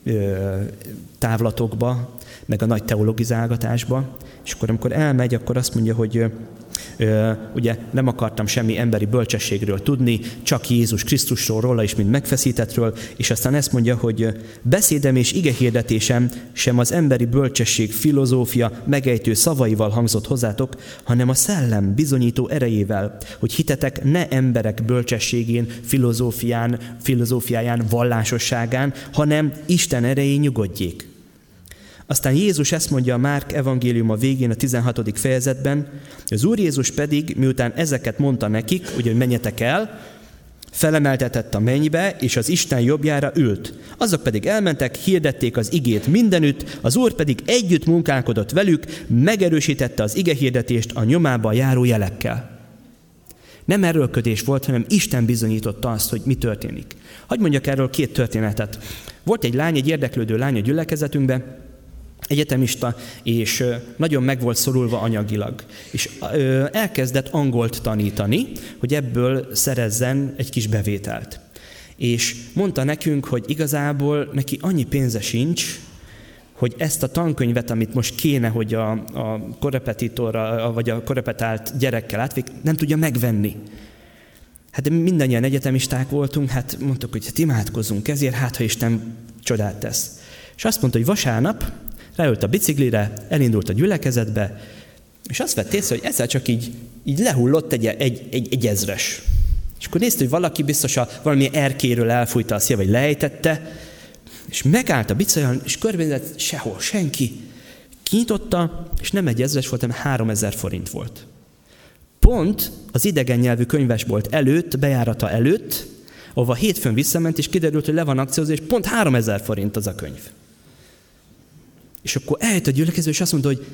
távlatokba, meg a nagy teologizálgatásba, és akkor amikor elmegy, akkor azt mondja, hogy ugye nem akartam semmi emberi bölcsességről tudni, csak Jézus Krisztusról, róla is, mint megfeszítettről, és aztán ezt mondja, hogy beszédem és igehirdetésem sem az emberi bölcsesség, filozófia megejtő szavaival hangzott hozzátok, hanem a szellem bizonyító erejével, hogy hitetek ne emberek bölcsességén, filozófiáján, vallásosságán, hanem Isten erején nyugodjék. Aztán Jézus ezt mondja a Márk evangéliuma végén, a 16. fejezetben, az Úr Jézus pedig, miután ezeket mondta nekik, ugye, hogy menjetek el, felemeltetett a mennybe, és az Isten jobbjára ült. Azok pedig elmentek, hirdették az igét mindenütt, az Úr pedig együtt munkálkodott velük, megerősítette az igehirdetést a nyomába járó jelekkel. Nem erőlködés volt, hanem Isten bizonyította azt, hogy mi történik. Hadd mondjak erről 2 történetet. Volt egy lány, egy érdeklődő lány a gyülekezetünkben, egyetemista, és nagyon meg volt szorulva anyagilag. És elkezdett angolt tanítani, hogy ebből szerezzen egy kis bevételt. És mondta nekünk, hogy igazából neki annyi pénze sincs, hogy ezt a tankönyvet, amit most kéne, hogy a korrepetitorra, vagy a korrepetált gyerekkel átvég, nem tudja megvenni. Hát de mindannyian egyetemisták voltunk, hát mondtuk, hogy hát imádkozzunk ezért, hát ha Isten csodát tesz. És azt mondta, hogy vasárnap leült a biciklire, elindult a gyülekezetbe, és azt vett észre, hogy ezzel csak így lehullott egy ezres. És akkor nézte, hogy valaki biztos valami erkéről elfújta a szél, vagy lejtette, és megállt a biciklivel, és körbenézett, sehol, senki. Kinyitotta, és nem egy ezres volt, hanem 3000 forint volt. Pont az idegen nyelvű könyvesbolt előtt, bejárata előtt, ahova hétfőn visszament, és kiderült, hogy le van akciózva, és pont 3000 forint az a könyv. És akkor eljött a gyülekező, és azt mondta, hogy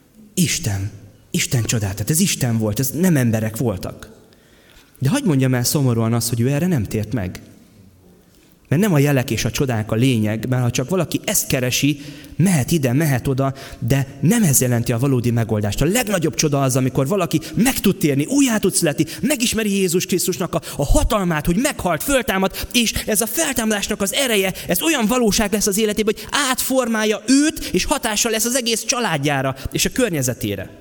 Isten csodát, tehát ez Isten volt, ez nem emberek voltak. De hadd mondjam el szomorúan azt, hogy ő erre nem tért meg. Mert nem a jelek és a csodák a lényeg, mert ha csak valaki ezt keresi, mehet ide, mehet oda, de nem ez jelenti a valódi megoldást. A legnagyobb csoda az, amikor valaki meg tud térni, újjá tud születni, megismeri Jézus Krisztusnak a hatalmát, hogy meghalt, föltámad, és ez a feltámadásnak az ereje, ez olyan valóság lesz az életében, hogy átformálja őt, és hatással lesz az egész családjára és a környezetére.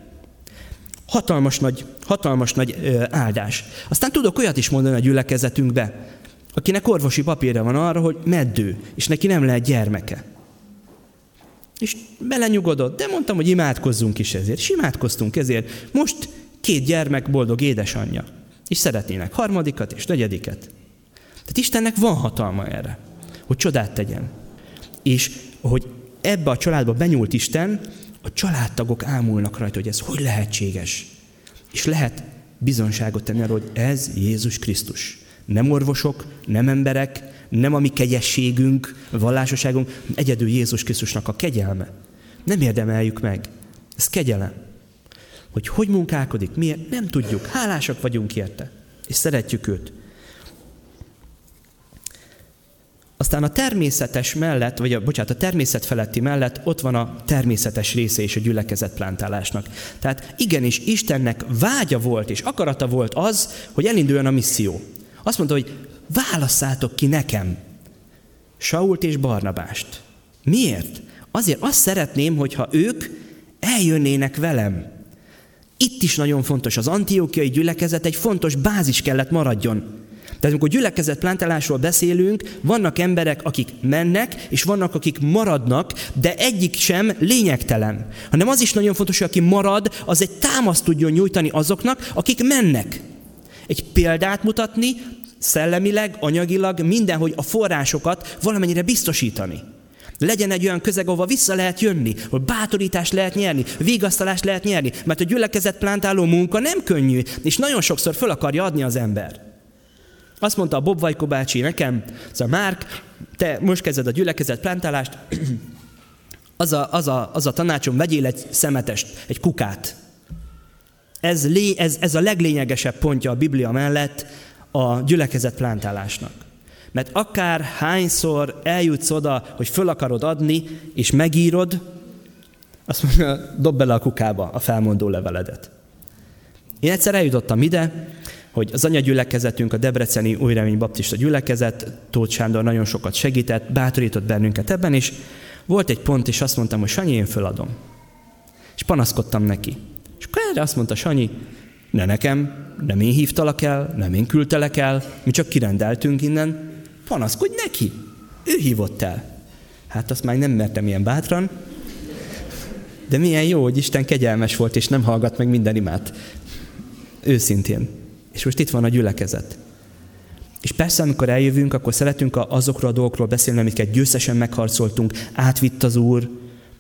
Hatalmas nagy áldás. Aztán tudok olyat is mondani a gyülekezetünkbe, akinek orvosi papírja van arra, hogy meddő, és neki nem lehet gyermeke. És belenyugodott, de mondtam, hogy imádkozzunk is ezért. És imádkoztunk ezért. Most 2 gyermek boldog édesanyja. És szeretnének 3. és 4. Tehát Istennek van hatalma erre, hogy csodát tegyen. És hogy ebbe a családba benyúlt Isten, a családtagok ámulnak rajta, hogy ez hogy lehetséges. És lehet bizonságot tenni arról, hogy ez Jézus Krisztus. Nem orvosok, nem emberek, nem a mi kegyességünk, vallásosságunk, egyedül Jézus Krisztusnak a kegyelme. Nem érdemeljük meg. Ez kegyelem. Hogy munkálkodik, miért, nem tudjuk. Hálásak vagyunk érte, és szeretjük őt. Aztán a természetes mellett, a természet feletti mellett ott van a természetes része is a gyülekezetplántálásnak. Tehát igenis Istennek vágya volt és akarata volt az, hogy elinduljon a misszió. Azt mondta, hogy válasszátok ki nekem Sault és Barnabást. Miért? Azért azt szeretném, hogyha ők eljönnének velem. Itt is nagyon fontos, az antiókiai gyülekezet egy fontos bázis kellett maradjon. Tehát amikor gyülekezetplántálásról beszélünk, vannak emberek, akik mennek, és vannak, akik maradnak, de egyik sem lényegtelen. Hanem az is nagyon fontos, hogy aki marad, az egy támaszt tudjon nyújtani azoknak, akik mennek. Egy példát mutatni, szellemileg, anyagilag, mindenhogy a forrásokat valamennyire biztosítani. Legyen egy olyan közeg, ahova vissza lehet jönni, ahol bátorítást lehet nyerni, vigasztalást lehet nyerni, mert a gyülekezetplántáló munka nem könnyű, és nagyon sokszor föl akarja adni az ember. Azt mondta a Bob Vajko bácsi nekem, szóval Márk, te most kezded a gyülekezetplántálást, az a tanácsom, vegyél egy szemetest, egy kukát. Ez a leglényegesebb pontja a Biblia mellett a gyülekezetplántálásnak. Mert akár hányszor eljutsz oda, hogy föl akarod adni, és megírod, azt mondja, dob bele a kukába a felmondó leveledet. Én egyszer eljutottam ide, hogy az anyagyülekezetünk, a debreceni Újremény Baptista gyülekezet, Tóth Sándor nagyon sokat segített, bátorított bennünket ebben, és volt egy pont, és azt mondtam, hogy Sanyi, én föladom. És panaszkodtam neki. És akkor erre azt mondta Sanyi, ne nekem, nem én hívtalak el, nem én küldtelek el, mi csak kirendeltünk innen, panaszkodj neki, ő hívott el. Hát azt már nem mertem ilyen bátran, de milyen jó, hogy Isten kegyelmes volt, és nem hallgat meg minden imát. Őszintén. És most itt van a gyülekezet. És persze, amikor eljövünk, akkor szeretünk azokról a dolgokról beszélni, amiket győztesen megharcoltunk, átvitt az Úr,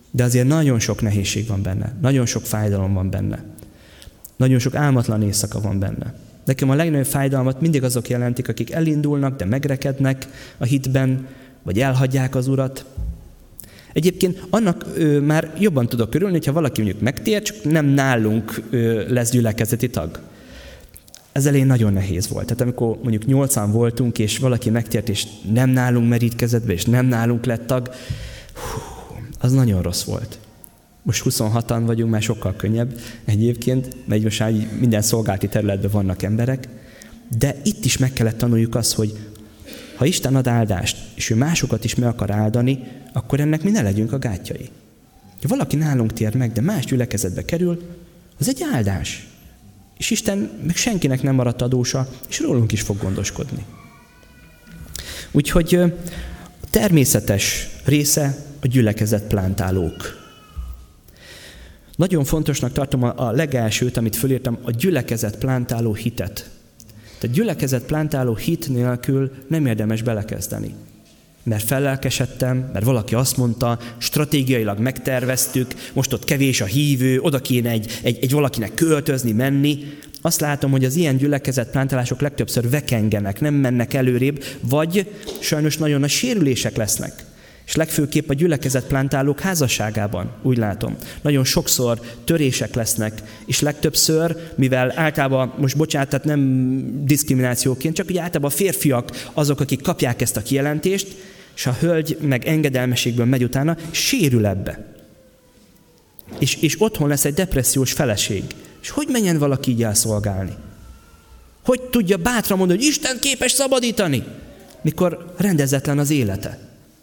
De azért nagyon sok nehézség van benne, nagyon sok fájdalom van benne. Nagyon sok álmatlan éjszaka van benne. Nekem a legnagyobb fájdalmat mindig azok jelentik, akik elindulnak, de megrekednek a hitben, vagy elhagyják az Urat. Egyébként annak már jobban tudok örülni, hogyha valaki mondjuk megtér, csak nem nálunk lesz gyülekezeti tag. Ez elején nagyon nehéz volt. Tehát amikor mondjuk 8-an voltunk, és valaki megtért, és nem nálunk merítkezett be, és nem nálunk lett tag, az nagyon rossz volt. Most 26-an vagyunk, már sokkal könnyebb egyébként, mert most már minden szolgálati területben vannak emberek, de itt is meg kellett tanuljuk azt, hogy ha Isten ad áldást, és ő másokat is meg akar áldani, akkor ennek mi ne legyünk a gátjai. Ha valaki nálunk tér meg, de más gyülekezetbe kerül, az egy áldás. És Isten meg senkinek nem maradt adósa, és rólunk is fog gondoskodni. Úgyhogy a természetes része a gyülekezet plántálók. Nagyon fontosnak tartom a legelsőt, amit fölírtam, a gyülekezet plántáló hitet. Tehát gyülekezet plántáló hit nélkül nem érdemes belekezdeni. Mert fellelkesedtem, mert valaki azt mondta, stratégiailag megterveztük, most ott kevés a hívő, oda kéne egy valakinek költözni, menni. Azt látom, hogy az ilyen gyülekezet plántálások legtöbbször vekengenek, nem mennek előrébb, vagy sajnos nagyon nagy sérülések lesznek. És legfőképp a gyülekezet plántálók házasságában, úgy látom. Nagyon sokszor törések lesznek, és legtöbbször, mivel általában, most bocsánat, tehát nem diszkriminációként, csak ugye általában a férfiak azok, akik kapják ezt a kijelentést, és a hölgy meg engedelmességből megy utána, sérül ebbe. És otthon lesz egy depressziós feleség. És hogy menjen valaki így elszolgálni? Hogy tudja bátran mondani, hogy Isten képes szabadítani, mikor rendezetlen az élete?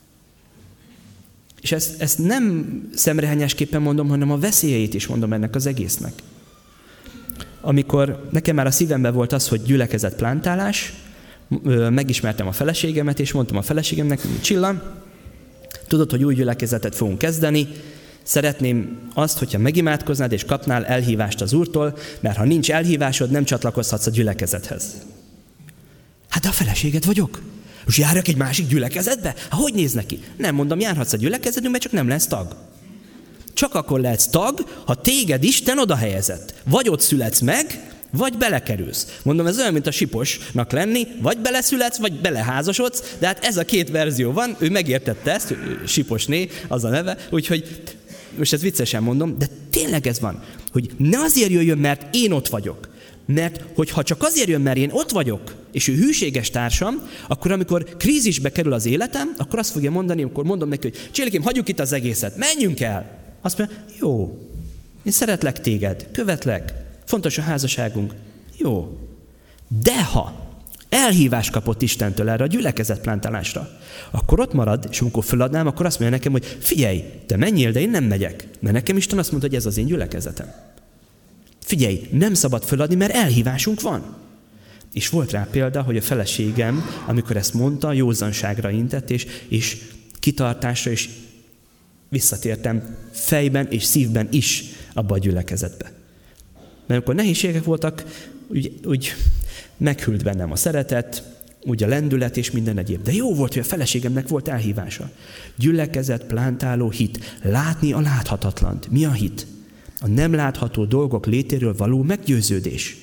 És ezt nem szemrehányásképpen mondom, hanem a veszélyeit is mondom ennek az egésznek. Amikor nekem már a szívemben volt az, hogy gyülekezet plántálás, megismertem a feleségemet, és mondtam a feleségemnek, hogy Csilla, tudod, hogy új gyülekezetet fogunk kezdeni, szeretném azt, hogyha megimádkoznád, és kapnál elhívást az Úrtól, mert ha nincs elhívásod, nem csatlakozhatsz a gyülekezethez. Hát de a feleséged vagyok. Most járjak egy másik gyülekezetbe? Hát hogy néz neki? Nem mondom, járhatsz a gyülekezetünkbe, csak nem lesz tag. Csak akkor lehetsz tag, ha téged Isten oda helyezett. Vagy ott születsz meg, vagy belekerülsz. Mondom, ez olyan, mint a Siposnak lenni, vagy beleszületsz, vagy beleházasodsz, de hát ez a két verzió van, ő megértette ezt, Siposné, az a neve, úgyhogy most ezt viccesen mondom, de tényleg ez van, hogy ne azért jöjjön, mert én ott vagyok. Mert hogyha csak azért jön, mert én ott vagyok, és ő hűséges társam, akkor amikor krízisbe kerül az életem, akkor azt fogja mondani, amikor mondom neki, hogy Csillikém, hagyjuk itt az egészet, menjünk el. Azt mondja, jó, én szeretlek téged, követlek, fontos a házasságunk, jó. De ha elhívást kapott Istentől erre a gyülekezet plántálásra, akkor ott marad, és amikor föladnám, akkor azt mondja nekem, hogy figyelj, te menjél, de én nem megyek. Mert nekem Isten azt mondta, hogy ez az én gyülekezetem. Figyelj, nem szabad föladni, mert elhívásunk van. És volt rá példa, hogy a feleségem, amikor ezt mondta, józanságra intett, és kitartásra, és visszatértem fejben és szívben is abba a gyülekezetbe. Mert amikor nehézségek voltak, úgy meghűlt bennem a szeretet, úgy a lendület és minden egyéb. De jó volt, hogy a feleségemnek volt elhívása. Gyülekezet, plántáló hit. Látni a láthatatlant. Mi a hit? A nem látható dolgok létéről való meggyőződés.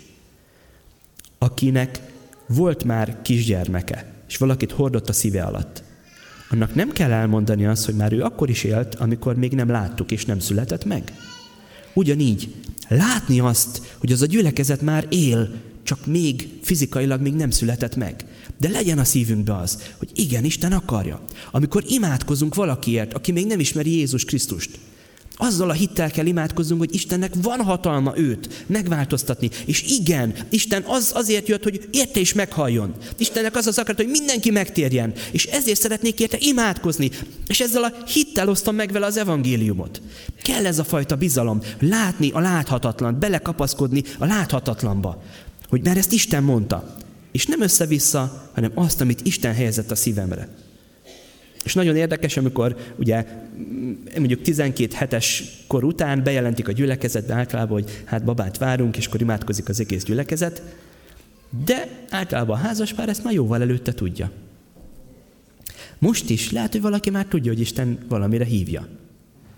Akinek volt már kisgyermeke, és valakit hordott a szíve alatt, annak nem kell elmondani azt, hogy már ő akkor is élt, amikor még nem láttuk, és nem született meg. Ugyanígy látni azt, hogy az a gyülekezet már él, csak még fizikailag még nem született meg. De legyen a szívünkbe az, hogy igen, Isten akarja. Amikor imádkozunk valakiért, aki még nem ismeri Jézus Krisztust, azzal a hittel kell imádkozzunk, hogy Istennek van hatalma őt megváltoztatni. És igen, Isten azért jött, hogy érte is meghalljon. Istennek az akarat, hogy mindenki megtérjen. És ezért szeretnék érte imádkozni. És ezzel a hittel osztom meg vele az evangéliumot. Kell ez a fajta bizalom. Látni a láthatatlant, belekapaszkodni a láthatatlanba. Hogy mert ezt Isten mondta. És nem össze-vissza, hanem azt, amit Isten helyezett a szívemre. És nagyon érdekes, amikor ugye mondjuk 12 hetes kor után bejelentik a gyülekezetbe általában, hogy hát babát várunk, és akkor imádkozik az egész gyülekezet, de általában a házaspár ezt már jóval előtte tudja. Most is lehet, hogy valaki már tudja, hogy Isten valamire hívja.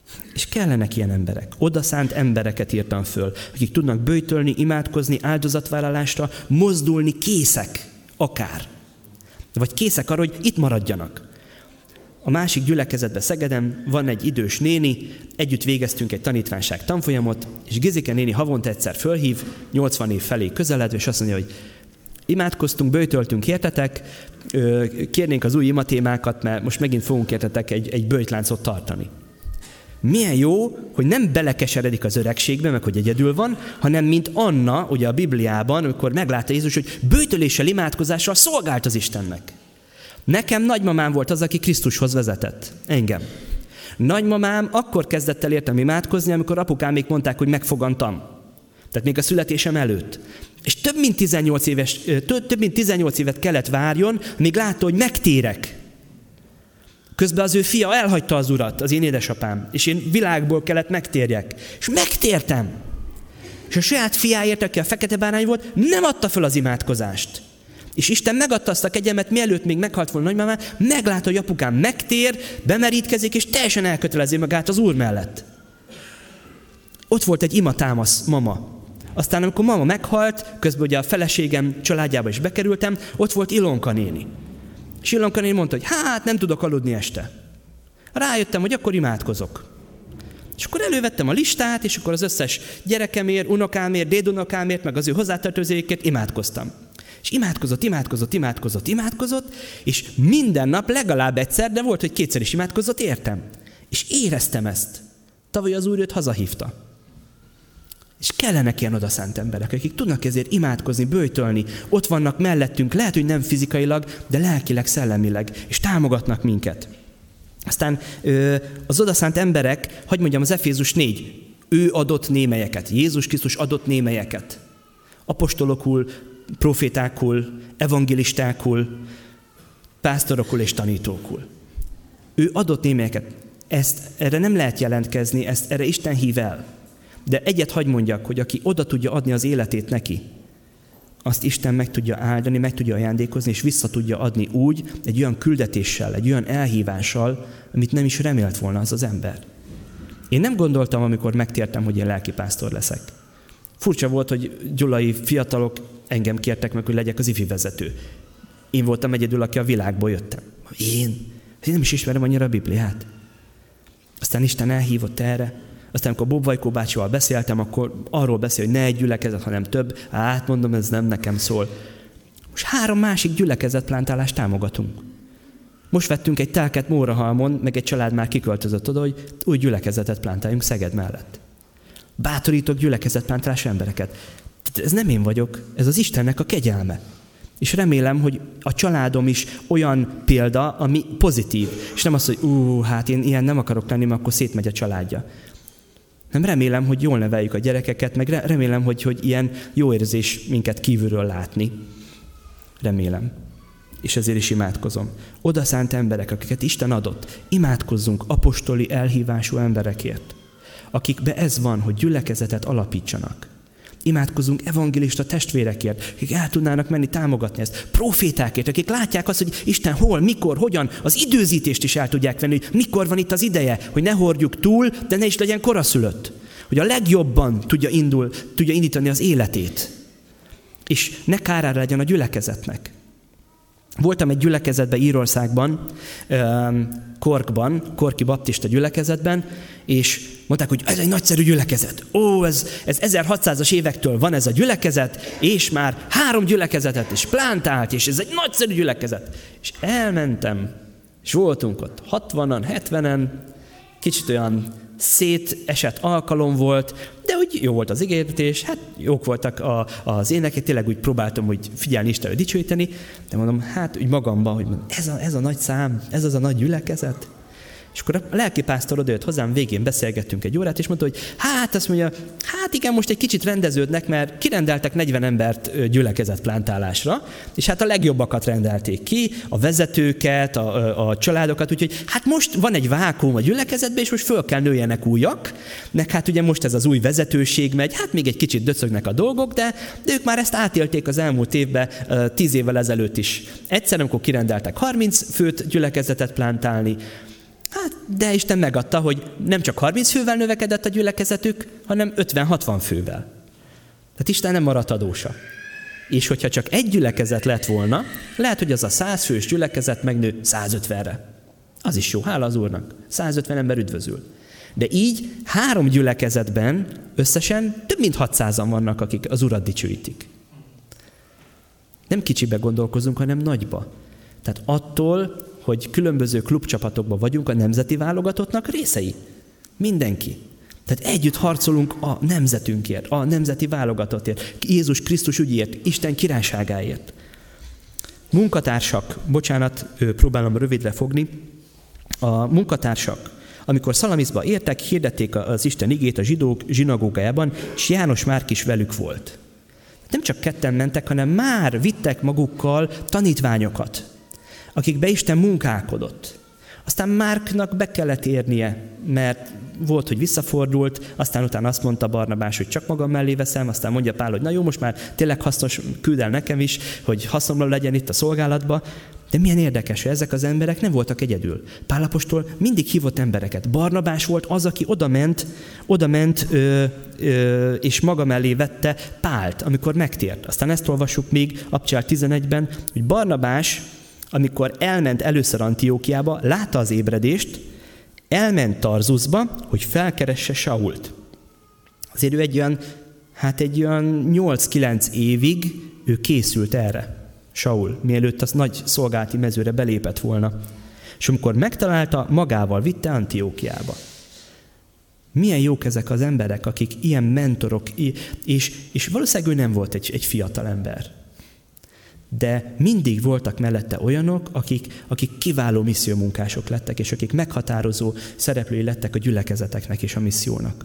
És kellenek ilyen emberek. Odaszánt embereket írtam föl, akik tudnak böjtölni, imádkozni, áldozatvállalásra, mozdulni, készek akár. Vagy készek arra, hogy itt maradjanak. A másik gyülekezetben Szegeden van egy idős néni, együtt végeztünk egy tanítványság tanfolyamot, és Gizike néni havonta egyszer fölhív, 80 év felé közeledve, és azt mondja, hogy imádkoztunk, böjtöltünk, értetek, kérnénk az új imatémákat, mert most megint fogunk értetek egy böjtláncot tartani. Milyen jó, hogy nem belekeseredik az öregségbe, meg hogy egyedül van, hanem mint Anna, ugye a Bibliában, amikor meglátta Jézus, hogy böjtöléssel, imádkozással szolgált az Istennek. Nekem nagymamám volt az, aki Krisztushoz vezetett. Engem. Nagymamám akkor kezdett el értem imádkozni, amikor apukám még mondták, hogy megfogantam. Tehát még a születésem előtt. És több mint 18 évet kellett várjon, míg látta, hogy megtérek. Közben az ő fia elhagyta az Urat, az én édesapám, és én világból kellett megtérjek. És megtértem. És a saját fiáért, aki a fekete bárány volt, nem adta föl az imádkozást. És Isten megadta azt a kegyelmet, mielőtt még meghalt volna nagymamám, meglátta, hogy apukám megtér, bemerítkezik, és teljesen elkötelezi magát az Úr mellett. Ott volt egy imatámasz mama. Aztán, amikor mama meghalt, közben ugye a feleségem családjába is bekerültem, ott volt Ilonka néni. És Ilonka néni mondta, hogy hát nem tudok aludni este. Rájöttem, hogy akkor imádkozok. És akkor elővettem a listát, és akkor az összes gyerekemért, unokámért, dédunokámért, meg az ő hozzátartozóikért imádkoztam. És imádkozott, és minden nap legalább egyszer, de volt, hogy kétszer is imádkozott, értem. És éreztem ezt. Tavaly az Úr őt hazahívta. És kellenek ilyen odaszánt emberek, akik tudnak ezért imádkozni, böjtölni, ott vannak mellettünk, lehet, hogy nem fizikailag, de lelkileg, szellemileg, és támogatnak minket. Aztán az odaszánt emberek, hadd mondjam, az Efézus 4, ő adott némelyeket, Jézus Krisztus adott némelyeket. Apostolokul, profétákul, evangelistákul, pásztorokul és tanítókul. Ő adott némelyeket. Erre nem lehet jelentkezni, erre Isten hív el. De egyet hadd mondjak, hogy aki oda tudja adni az életét neki, azt Isten meg tudja áldani, meg tudja ajándékozni, és vissza tudja adni úgy, egy olyan küldetéssel, egy olyan elhívással, amit nem is remélt volna az ember. Én nem gondoltam, amikor megtértem, hogy én lelkipásztor leszek. Furcsa volt, hogy gyulai fiatalok engem kértek meg, hogy legyek az ifi vezető. Én voltam egyedül, aki a világból jöttem. Én nem is ismerem annyira a Bibliát. Aztán Isten elhívott erre. Aztán, amikor Bob Vajkó bácsival beszéltem, akkor arról beszél, hogy ne egy gyülekezet, hanem több. Mondom, ez nem nekem szól. Most 3 másik gyülekezetplántálást támogatunk. Most vettünk egy telket Mórahalmon, meg egy család már kiköltözött oda, hogy új gyülekezetet plántáljunk Szeged mellett. Bátorítok gyülekezetplántálás embereket. Ez nem én vagyok, ez az Istennek a kegyelme. És remélem, hogy a családom is olyan példa, ami pozitív. És nem az, hogy hát én ilyen nem akarok lenni, mert akkor szétmegy a családja. Nem, remélem, hogy jól neveljük a gyerekeket, meg remélem, hogy ilyen jó érzés minket kívülről látni. Remélem. És ezért is imádkozom. Odaszánt emberek, akiket Isten adott, imádkozzunk apostoli elhívású emberekért, akikbe ez van, hogy gyülekezetet alapítsanak. Imádkozunk evangélista testvérekért, akik el tudnának menni támogatni ezt. Profétákért, akik látják azt, hogy Isten hol, mikor, hogyan, az időzítést is el tudják venni, hogy mikor van itt az ideje, hogy ne hordjuk túl, de ne is legyen koraszülött. Hogy a legjobban tudja indítani az életét. És ne kárára legyen a gyülekezetnek. Voltam egy gyülekezetben Írországban, Corkban, Corki baptista gyülekezetben, és mondták, hogy ez egy nagyszerű gyülekezet. Ez 1600-as évektől van ez a gyülekezet, és már 3 gyülekezetet is plántált, és ez egy nagyszerű gyülekezet. És elmentem, és voltunk ott 60-an, 70-en, kicsit olyan szétesett alkalom volt, de úgy jó volt az ígéretés, hát jók voltak az énekek, tényleg úgy próbáltam, hogy figyelni Istenre, dicsőíteni, de mondom, hát úgy magamban, hogy ez a nagy szám, ez az a nagy gyülekezet. És akkor a lelkipásztor odajött hozzám, végén beszélgettünk egy órát, és mondta, hogy azt mondja, igen, most egy kicsit rendeződnek, mert kirendeltek 40 embert gyülekezetplántálásra, és hát a legjobbakat rendelték ki, a vezetőket, a családokat, úgyhogy hát most van egy vákuum a gyülekezetben, és most föl kell nőjenek újak, meg hát ugye most ez az új vezetőség megy, hát még egy kicsit döcögnek a dolgok, de ők már ezt átélték az elmúlt évben, 10 évvel ezelőtt is. Egyszer, amikor kirendeltek 30 főt gyülekezetet plántálni, Hát, de Isten megadta, hogy nem csak 30 fővel növekedett a gyülekezetük, hanem 50-60 fővel. Tehát Isten nem maradt adósa. És hogyha csak egy gyülekezet lett volna, lehet, hogy az a 100 fős gyülekezet megnő 150-re. Az is jó, hála az Úrnak. 150 ember üdvözül. De így 3 gyülekezetben összesen több mint 600-an vannak, akik az Urat dicsőítik. Nem kicsibe gondolkozunk, hanem nagyba. Tehát attól, hogy különböző klubcsapatokban vagyunk, a nemzeti válogatottnak részei. Mindenki. Tehát együtt harcolunk a nemzetünkért, a nemzeti válogatottért, Jézus Krisztus ügyért, Isten királyságáért. Munkatársak, próbálom rövidre fogni, a munkatársak, amikor Szalamiszba értek, hirdették az Isten igét a zsidók zsinagógájában, és János Márk is velük volt. Nem csak ketten mentek, hanem már vittek magukkal tanítványokat, akikbe Isten munkálkodott. Aztán Márknak be kellett érnie, mert volt, hogy visszafordult, aztán utána azt mondta Barnabás, hogy csak magam mellé veszem, aztán mondja Pál, hogy na jó, most már tényleg hasznos, küld el nekem is, hogy hasznomra legyen itt a szolgálatba. De milyen érdekes, hogy ezek az emberek nem voltak egyedül. Pál apostol mindig hívott embereket. Barnabás volt az, aki odament és maga mellé vette Pált, amikor megtért. Aztán ezt olvassuk még Apostolok 11-ben, hogy Barnabás, amikor elment először Antiókiába, látta az ébredést, elment Tarzuszba, hogy felkeresse Sault. Azért ő egy olyan 8-9 évig ő készült erre, Saul, mielőtt az nagy szolgálati mezőre belépett volna. És amikor megtalálta, magával vitte Antiókiába. Milyen jók ezek az emberek, akik ilyen mentorok, és valószínűleg ő nem volt egy fiatal ember. De mindig voltak mellette olyanok, akik kiváló missziómunkások lettek, és akik meghatározó szereplői lettek a gyülekezeteknek és a missziónak.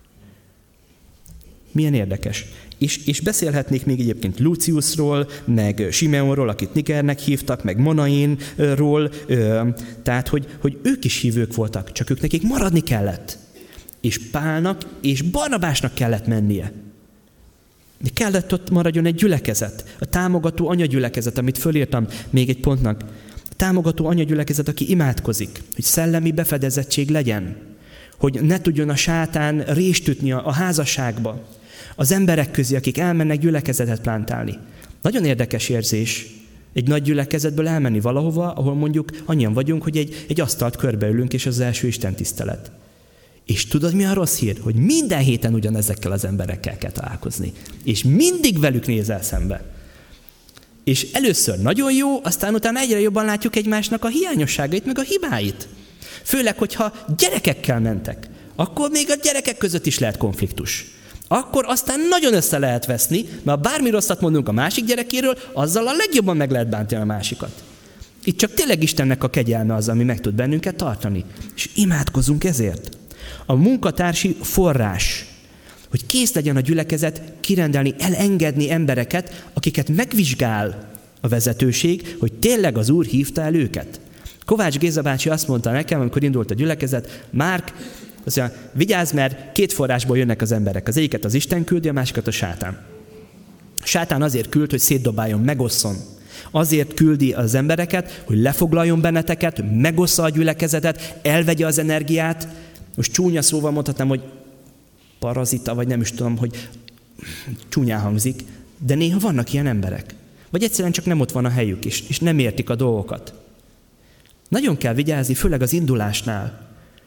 Milyen érdekes. És beszélhetnék még egyébként Luciusról, meg Simeonról, akit Nigernek hívtak, meg Monainról, tehát hogy ők is hívők voltak, csak ők nekik maradni kellett. És Pálnak és Barnabásnak kellett mennie. De kellett ott maradjon egy gyülekezet, a támogató anyagyülekezet, amit fölírtam még egy pontnak. A támogató anyagyülekezet, aki imádkozik, hogy szellemi befedezettség legyen, hogy ne tudjon a sátán rést ütni a házasságba, az emberek közé, akik elmennek gyülekezetet plántálni. Nagyon érdekes érzés egy nagy gyülekezetből elmenni valahova, ahol mondjuk annyian vagyunk, hogy egy asztalt körbeülünk, és az első istentisztelet. És tudod, mi a rossz hír? Hogy minden héten ugyanezekkel az emberekkel kell találkozni. És mindig velük nézel szembe. És először nagyon jó, aztán utána egyre jobban látjuk egymásnak a hiányosságait, meg a hibáit. Főleg, hogyha gyerekekkel mentek. Akkor még a gyerekek között is lehet konfliktus. Akkor aztán nagyon össze lehet veszni, mert ha bármi rosszat mondunk a másik gyerekéről, azzal a legjobban meg lehet bántani a másikat. Itt csak tényleg Istennek a kegyelme az, ami meg tud bennünket tartani. És imádkozunk ezért. A munkatársi forrás, hogy kész legyen a gyülekezet kirendelni, elengedni embereket, akiket megvizsgál a vezetőség, hogy tényleg az Úr hívta el őket. Kovács Géza bácsi azt mondta nekem, amikor indult a gyülekezet, Márk, azt mondja, vigyázz, mert 2 forrásból jönnek az emberek. Az egyiket az Isten küldi, a másikat a sátán. A sátán azért küld, hogy szétdobáljon, megosszon. Azért küldi az embereket, hogy lefoglaljon benneteket, megossza a gyülekezetet, elvegye az energiát. Most csúnya szóval mondhatnám, hogy parazita, vagy nem is tudom, hogy csúnyán hangzik, de néha vannak ilyen emberek. Vagy egyszerűen csak nem ott van a helyük, és nem értik a dolgokat. Nagyon kell vigyázni, főleg az indulásnál,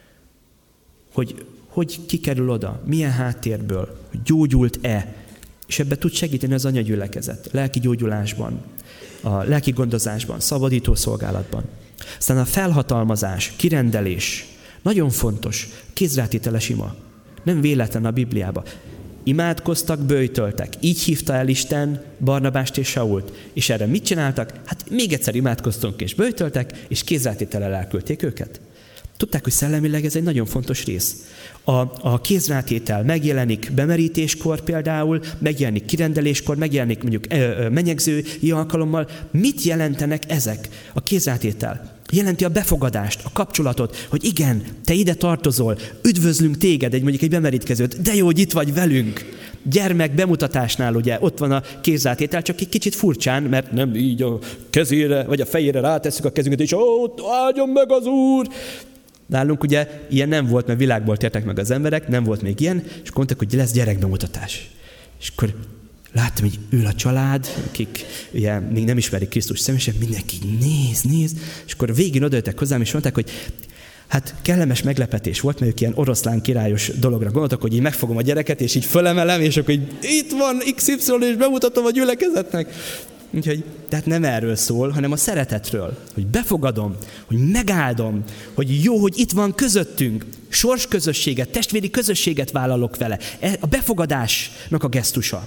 hogy kikerül oda, milyen háttérből, hogy gyógyult-e, és ebben tud segíteni az anyagyülekezet, lelki gyógyulásban, a lelki gondozásban, szabadító szolgálatban. Aztán a felhatalmazás, kirendelés, nagyon fontos, kézrátételes ima. Nem véletlen a Bibliában. Imádkoztak, böjtöltek. Így hívta el Isten Barnabást és Sault. És erre mit csináltak? Hát még egyszer imádkoztunk és böjtöltek, és kézrátétellel elküldték őket. Tudták, hogy szellemileg ez egy nagyon fontos rész. A kézrátétel megjelenik bemerítéskor például, megjelenik kirendeléskor, megjelenik mondjuk menyegzői alkalommal. Mit jelentenek ezek? A kézrátétel jelenti a befogadást, a kapcsolatot, hogy igen, te ide tartozol, üdvözlünk téged, mondjuk egy bemerítkezőt, de jó, hogy itt vagy velünk. Gyermek bemutatásnál ugye ott van a kézrátétel, csak egy kicsit furcsán, mert nem így a kezére vagy a fejére rátesszük a kezünket, és ott áldjon meg az Úr. Nálunk ugye ilyen nem volt, mert világból tértek meg az emberek, nem volt még ilyen, és mondták, hogy lesz gyerekbemutatás. És akkor láttam, hogy ül a család, akik ugye még nem ismerik Krisztus személyesen, mindenki néz, és akkor végén odajöttek hozzám, és mondták, hogy hát kellemes meglepetés volt, mert ők ilyen oroszlán királyos dologra gondoltak, hogy így megfogom a gyereket, és így fölemelem, és akkor így, itt van XY, és bemutatom a gyülekezetnek. Úgyhogy, tehát nem erről szól, hanem a szeretetről, hogy befogadom, hogy megáldom, hogy jó, hogy itt van közöttünk, sorsközösséget, testvéri közösséget vállalok vele. A befogadásnak a gesztusa.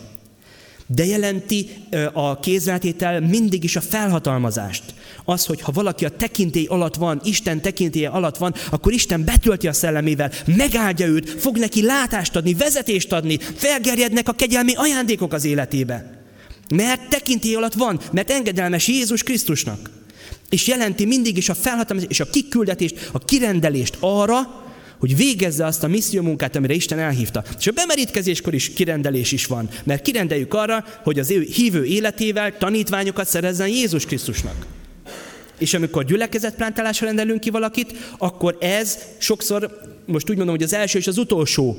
De jelenti a kézrátétel mindig is a felhatalmazást. Az, hogy ha valaki a tekintély alatt van, Isten tekintélye alatt van, akkor Isten betölti a szellemével, megáldja őt, fog neki látást adni, vezetést adni, felgerjednek a kegyelmi ajándékok az életébe. Mert tekintély alatt van, mert engedelmes Jézus Krisztusnak. És jelenti mindig is a felhatalmazást és a kiküldetést, a kirendelést arra, hogy végezze azt a missziómunkát, amire Isten elhívta. És a bemerítkezéskor is kirendelés is van, mert kirendeljük arra, hogy az hívő életével tanítványokat szerezzen Jézus Krisztusnak. És amikor gyülekezetplántálásra rendelünk ki valakit, akkor ez sokszor, most úgy mondom, hogy az első és az utolsó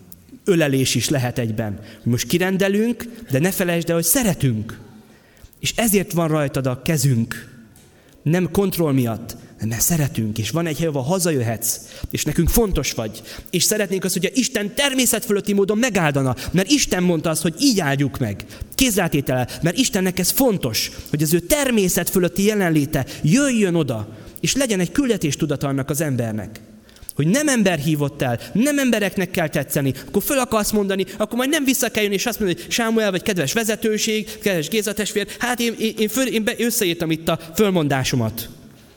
ölelés is lehet egyben. Most kirendelünk, de ne felejtsd el, hogy szeretünk. És ezért van rajtad a kezünk. Nem kontroll miatt, mert szeretünk, és van egy hely, ahol hazajöhetsz, és nekünk fontos vagy. És szeretnénk azt, hogy Isten természet fölötti módon megáldana, mert Isten mondta azt, hogy így áldjuk meg. Kézrátétele, mert Istennek ez fontos, hogy az ő természet fölötti jelenléte jöjjön oda, és legyen egy küldetéstudata annak az embernek. Hogy nem ember hívott el, nem embereknek kell tetszeni, akkor föl akarsz mondani, akkor majd nem vissza kell jönni, és azt mondani, hogy Sámuel vagy kedves vezetőség, kedves Géza testvér, hát én összeírtam itt a fölmondásomat.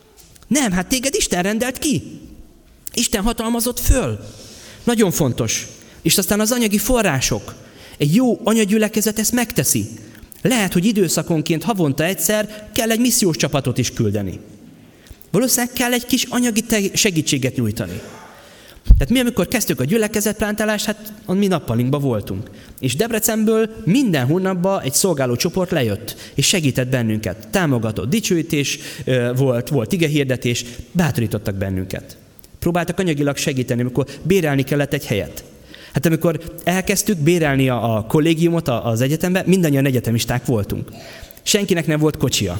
Nem, hát téged Isten rendelt ki. Isten hatalmazott föl. Nagyon fontos. És aztán az anyagi források. Egy jó anyagyülekezet ezt megteszi. Lehet, hogy időszakonként havonta egyszer kell egy missziós csapatot is küldeni. Valószínűleg kell egy kis anyagi segítséget nyújtani. Tehát mi, amikor kezdtük a gyülekezetplántálást, hát mi nappalinkban voltunk. És Debrecenből minden hónapban egy szolgáló csoport lejött, és segített bennünket. Támogatott, dicsőítés volt igehirdetés, bátorítottak bennünket. Próbáltak anyagilag segíteni, amikor bérelni kellett egy helyet. Hát amikor elkezdtük bérelni a kollégiumot az egyetemben, mindannyian egyetemisták voltunk. Senkinek nem volt kocsia.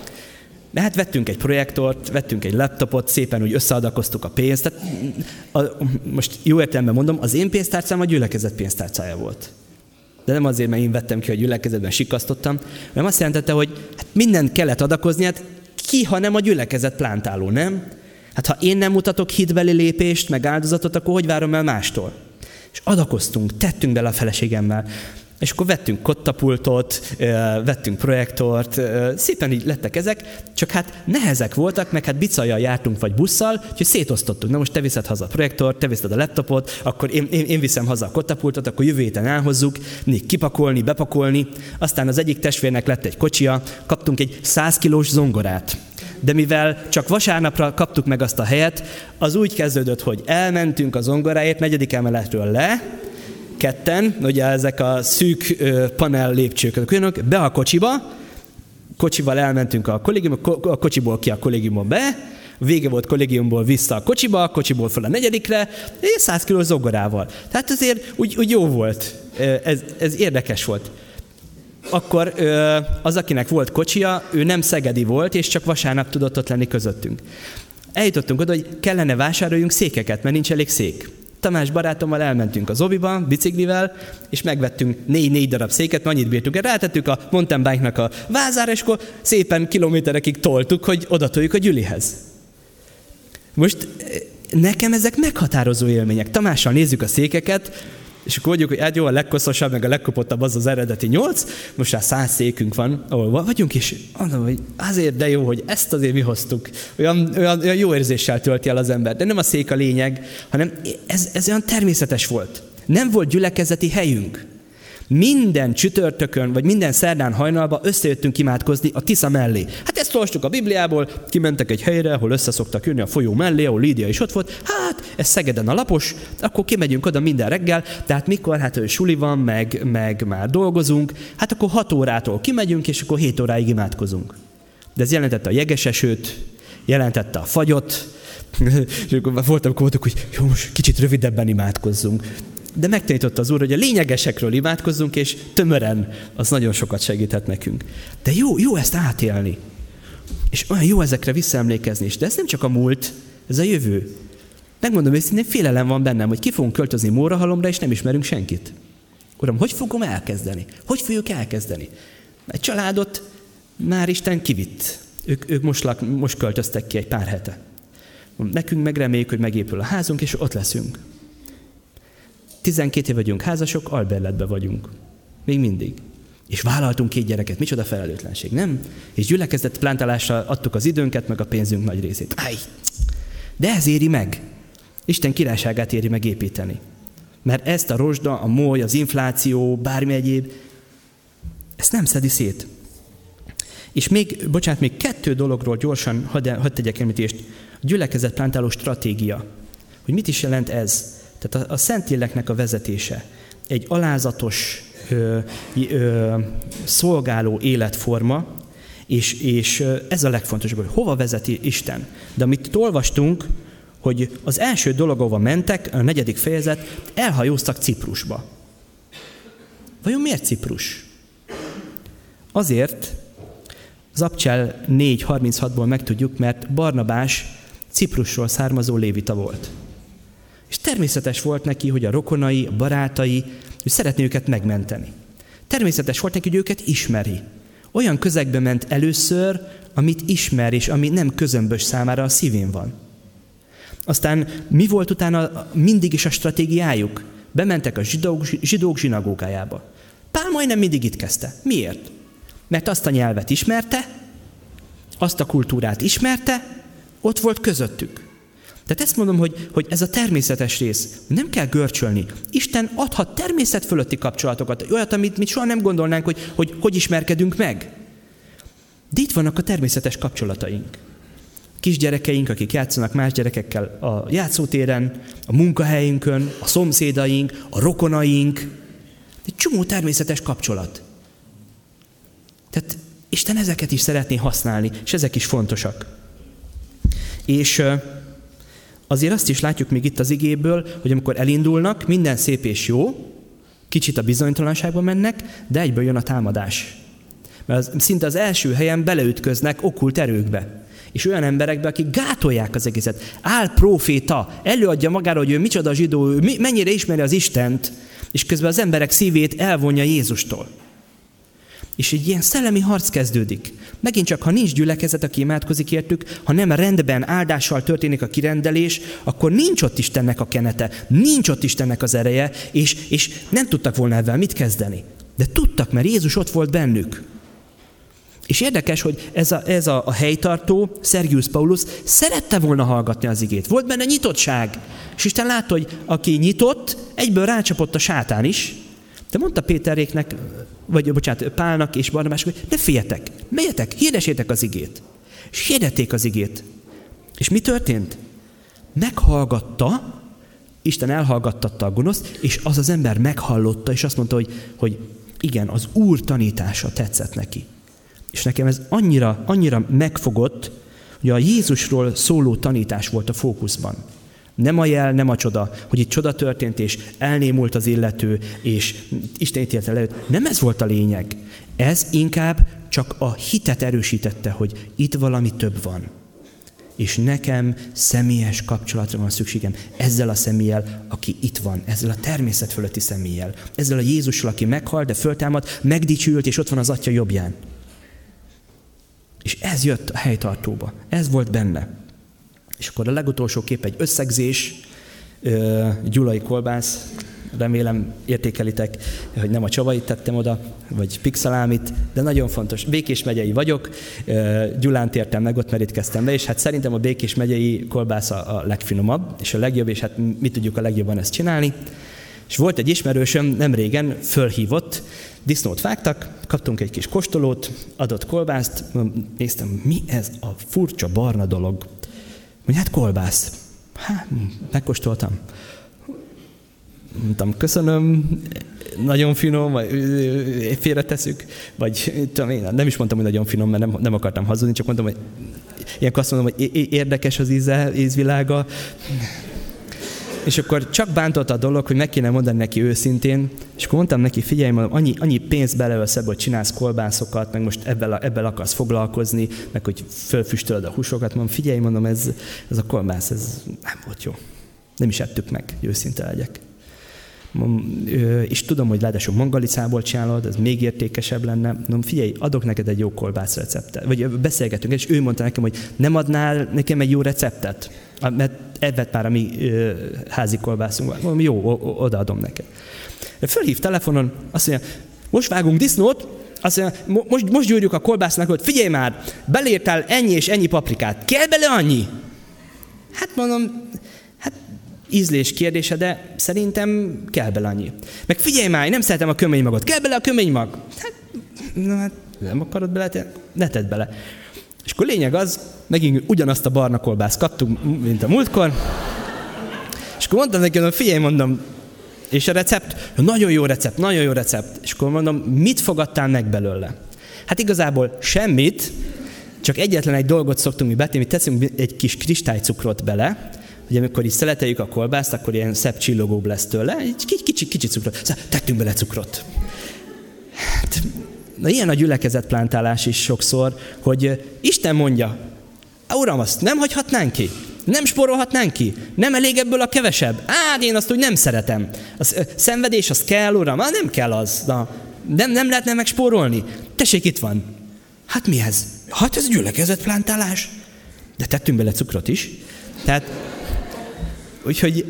De hát vettünk egy projektort, vettünk egy laptopot, szépen úgy összeadakoztuk a pénzt. Tehát, most jó értelemben mondom, az én pénztárcám a gyülekezet pénztárcája volt. De nem azért, mert én vettem ki a gyülekezetben, sikasztottam, hanem azt jelentette, hogy hát mindent kellett adakozni, hát ki, ha nem a gyülekezet plántáló, nem? Hát ha én nem mutatok hitbeli lépést, meg áldozatot, akkor hogy várom el mástól? És adakoztunk, tettünk bele a feleségemmel. És akkor vettünk kottapultot, vettünk projektort, szépen így lettek ezek, csak hát nehezek voltak, meg hát bicajjal jártunk, vagy busszal, úgyhogy szétosztottuk. Na most te viszed haza a projektort, te viszed a laptopot, akkor én viszem haza a kottapultot, akkor jövő héten elhozzuk, kipakolni, bepakolni. Aztán az egyik testvérnek lett egy kocsia, kaptunk egy 100 kilós zongorát. De mivel csak vasárnapra kaptuk meg azt a helyet, az úgy kezdődött, hogy elmentünk a zongoráért 4. emeletről le, ketten, ugye ezek a szűk panel lépcsők, be a kocsival elmentünk a kollégiumba, a kocsiból ki a kollégiumba be, vége volt kollégiumból vissza a kocsiból fel a 4. és 100 kilós zongorával. Tehát azért úgy jó volt, ez érdekes volt. Akkor az, akinek volt kocsia, ő nem szegedi volt, és csak vasárnap tudott ott lenni közöttünk. Eljutottunk oda, hogy kellene vásároljunk székeket, mert nincs elég szék. Tamás barátommal elmentünk az Obiba, biciklivel, és megvettünk 4 darab széket, annyit bírtunk. Rátettük a mountain bike-nak a vázára, és akkor szépen kilométerekig toltuk, hogy odatoljuk a gyülihez. Most nekem ezek meghatározó élmények. Tamással nézzük a székeket, és akkor mondjuk, hogy hát jó, a legkoszosabb, meg a legkopottabb az eredeti 8, most már 100 székünk van, ahol vagyunk, és mondom, hogy azért de jó, hogy ezt azért mi hoztuk. Olyan jó érzéssel tölti el az ember. De nem a szék a lényeg, hanem ez olyan természetes volt. Nem volt gyülekezeti helyünk. Minden csütörtökön, vagy minden szerdán hajnalban összejöttünk imádkozni a Tisza mellé. Hát ezt olvastuk a Bibliából, kimentek egy helyre, ahol összeszoktak jönni a folyó mellé, ahol Lídia is ott volt. Hát, ez Szegeden a lapos, akkor kimegyünk oda minden reggel, tehát mikor, hát suli van, meg már dolgozunk, hát akkor 6 órától kimegyünk, és akkor 7 óráig imádkozunk. De ez jelentette a jegesesőt, jelentette a fagyot, És akkor voltunk, hogy jó, most kicsit rövidebben imádkozzunk. De megtanította az Úr, hogy a lényegesekről imádkozzunk, és tömören, az nagyon sokat segíthet nekünk. De jó ezt átélni. És olyan jó ezekre visszaemlékezni is. De ez nem csak a múlt, ez a jövő. Megmondom őszintén, félelem van bennem, hogy ki fogunk költözni Mórahalomra, és nem ismerünk senkit. Uram, hogy fogom elkezdeni? Hogy fogjuk elkezdeni? Egy családot már Isten kivitt. Ők most költöztek ki egy pár hete. Nekünk meg reméljük, hogy megépül a házunk, és ott leszünk. 12 év vagyunk házasok, albérletben vagyunk. Még mindig. És vállaltunk 2 gyereket. Micsoda felelőtlenség, nem? És gyülekezet plántálásra adtuk az időnket, meg a pénzünk nagy részét. De ez éri meg. Isten királyságát éri meg építeni. Mert ezt a rozsda, a moly, az infláció, bármi egyéb, ezt nem szedi szét. És még 2 dologról gyorsan hadd tegyek említést. A gyülekezetplántáló stratégia. Hogy mit is jelent ez? Tehát a Szentléleknek a vezetése. Egy alázatos, szolgáló életforma, és ez a legfontosabb, hogy hova vezeti Isten. De amit itt olvastunk, hogy az első dolog, ahova mentek, a 4. fejezet, elhajóztak Ciprusba. Vajon miért Ciprus? Azért, az Abcsel 4.36-ból megtudjuk, mert Barnabás Ciprusról származó lévita volt. És természetes volt neki, hogy a rokonai, a barátai, hogy szeretné őket megmenteni. Természetes volt neki, hogy őket ismeri. Olyan közegbe ment először, amit ismer, és ami nem közömbös számára a szívén van. Aztán mi volt utána mindig is a stratégiájuk? Bementek a zsidók zsinagógájába. Pál majdnem mindig itt kezdte. Miért? Mert azt a nyelvet ismerte, azt a kultúrát ismerte, ott volt közöttük. Tehát ezt mondom, hogy ez a természetes rész. Nem kell görcsölni. Isten adhat természet fölötti kapcsolatokat, olyat, amit soha nem gondolnánk, hogy ismerkedünk meg. De itt vannak a természetes kapcsolataink. Kisgyerekeink, akik játszanak más gyerekekkel a játszótéren, a munkahelyünkön, a szomszédaink, a rokonaink. Egy csomó természetes kapcsolat. Tehát Isten ezeket is szeretné használni, és ezek is fontosak. És azért azt is látjuk még itt az igéből, hogy amikor elindulnak, minden szép és jó, kicsit a bizonytalanságba mennek, de egyből jön a támadás. Mert szinte az első helyen beleütköznek okkult erőkbe. És olyan emberekbe, akik gátolják az egészet. Áll próféta, előadja magára, hogy ő micsoda zsidó, ő mennyire ismeri az Istent, és közben az emberek szívét elvonja Jézustól. És egy ilyen szellemi harc kezdődik. Megint csak, ha nincs gyülekezet, aki imádkozik értük, ha nem rendben, áldással történik a kirendelés, akkor nincs ott Istennek a kenete, nincs ott Istennek az ereje, és nem tudtak volna ezzel mit kezdeni. De tudtak, mert Jézus ott volt bennük. És érdekes, hogy ez a helytartó, Sergius Paulus, szerette volna hallgatni az igét. Volt benne nyitottság. És Isten látta, hogy aki nyitott, egyből rácsapott a sátán is. De mondta Péteréknek, Pálnak és Barnabásnak, hogy ne féljetek, menjetek, hirdessétek az igét. És hirdették az igét. És mi történt? Meghallgatta, Isten elhallgattatta a gonoszt, és az ember meghallotta, és azt mondta, hogy igen, az Úr tanítása tetszett neki. És nekem ez annyira megfogott, hogy a Jézusról szóló tanítás volt a fókuszban. Nem a jel, nem a csoda, hogy itt csoda történt, és elnémult az illető, és Isten ítélte le őt. Nem ez volt a lényeg. Ez inkább csak a hitet erősítette, hogy itt valami több van. És nekem személyes kapcsolatra van szükségem ezzel a személlyel, aki itt van, ezzel a természet fölötti személlyel, ezzel a Jézussal, aki meghalt, de föltámadt, megdicsült, és ott van az Atya jobbján. És ez jött a helytartóba. Ez volt benne. És akkor a legutolsó kép egy összegzés, gyulai kolbász, remélem értékelitek, hogy nem a csavait tettem oda, vagy pixalámit, de nagyon fontos. Békés megyei vagyok, Gyulán tértem meg, ott merítkeztem be, és hát szerintem a Békés megyei kolbász a legfinomabb, és a legjobb, és hát mi tudjuk a legjobban ezt csinálni. És volt egy ismerősöm, nem régen fölhívott, disznót vágtak, kaptunk egy kis kóstolót, adott kolbászt, néztem, mi ez a furcsa barna dolog. Mondja, hát kolbász. Megkóstoltam. Mondtam, köszönöm, nagyon finom, vagy félretesszük, vagy tudom én, nem is mondtam, hogy nagyon finom, mert nem akartam hazudni, csak mondtam, hogy ilyenkor azt mondom, hogy érdekes az ízvilága. És akkor csak bántott a dolog, hogy meg kéne mondani neki őszintén, és akkor mondtam neki, figyelj, mondom, annyi pénzt beleölsz ebbe, hogy csinálsz kolbászokat, meg most ebből akarsz foglalkozni, meg hogy fölfüstölöd a húsokat, mondom, figyelj, mondom, ez a kolbász, ez nem volt jó. Nem is ettük meg, hogy őszinte legyek. És tudom, hogy ráadásul mangalicából csinálod, ez még értékesebb lenne. Mondom, figyelj, adok neked egy jó kolbász receptet. Vagy beszélgetünk, és ő mondta nekem, hogy nem adnál nekem egy jó receptet? Mert evett már a mi házi kolbászunk. Mondom, jó, odaadom neked. Fölhív telefonon, azt mondja, most vágunk disznót, azt mondja, most gyúrjuk a kolbásznak, hogy figyelj már, beleírtál ennyi és ennyi paprikát, kell bele annyi? Hát mondom, ízlés kérdése, de szerintem kell bele annyi. Meg figyelj már, én nem szeretem a köménymagot, kell bele a köménymag? Hát nem akarod bele, ne tedd bele. És akkor lényeg az, megint ugyanazt a barna kolbászt kaptunk, mint a múltkor, és akkor mondtam neki, hogy figyelj, mondom, és a recept? Nagyon jó recept, nagyon jó recept. És akkor mondom, mit fogadtál meg belőle? Hát igazából semmit, csak egyetlen egy dolgot szoktunk mi betenni, teszünk egy kis kristálycukrot bele, hogy amikor is szeleteljük a kolbászt, akkor ilyen szebb csillogóbb lesz tőle, egy kicsi cukrot. Szóval tettünk bele cukrot. Hát, na ilyen a gyülekezetplántálás is sokszor, hogy Isten mondja, Uram, azt nem hagyhatnánk ki? Nem spórolhatnánk ki? Nem elég ebből a kevesebb? Én azt úgy nem szeretem. A szenvedés, az kell, Uram? Nem kell az. Na, nem lehetne megspórolni? Tessék, itt van. Hát mi ez? Hát ez gyülekezetplántálás. De tettünk bele cukrot is. Tehát, úgyhogy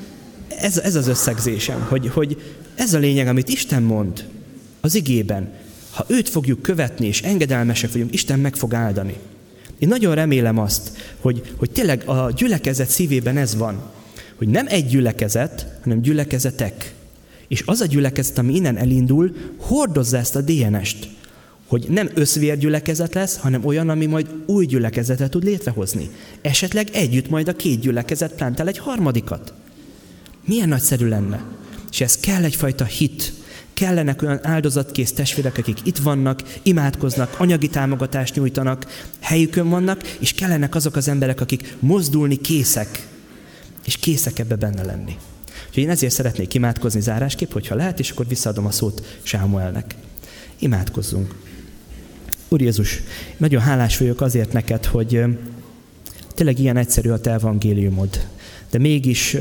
ez az összegzésem, hogy ez a lényeg, amit Isten mond az igében. Ha őt fogjuk követni, és engedelmesek vagyunk, Isten meg fog áldani. Én nagyon remélem azt, hogy tényleg a gyülekezet szívében ez van, hogy nem egy gyülekezet, hanem gyülekezetek. És az a gyülekezet, ami innen elindul, hordozza ezt a DNS-t, hogy nem összvérgyülekezet lesz, hanem olyan, ami majd új gyülekezetet tud létrehozni. Esetleg együtt majd a két gyülekezet plántál egy harmadikat. Milyen nagyszerű lenne. És ez kell egyfajta hit. Kellenek olyan áldozatkész testvérek, akik itt vannak, imádkoznak, anyagi támogatást nyújtanak, helyükön vannak, és kellenek azok az emberek, akik mozdulni készek, és készek ebbe benne lenni. Úgyhogy én ezért szeretnék imádkozni zárásképp, hogyha lehet, és akkor visszaadom a szót Sámuelnek. Imádkozzunk. Úr Jézus, nagyon hálás vagyok azért neked, hogy tényleg ilyen egyszerű a te evangéliumod, de mégis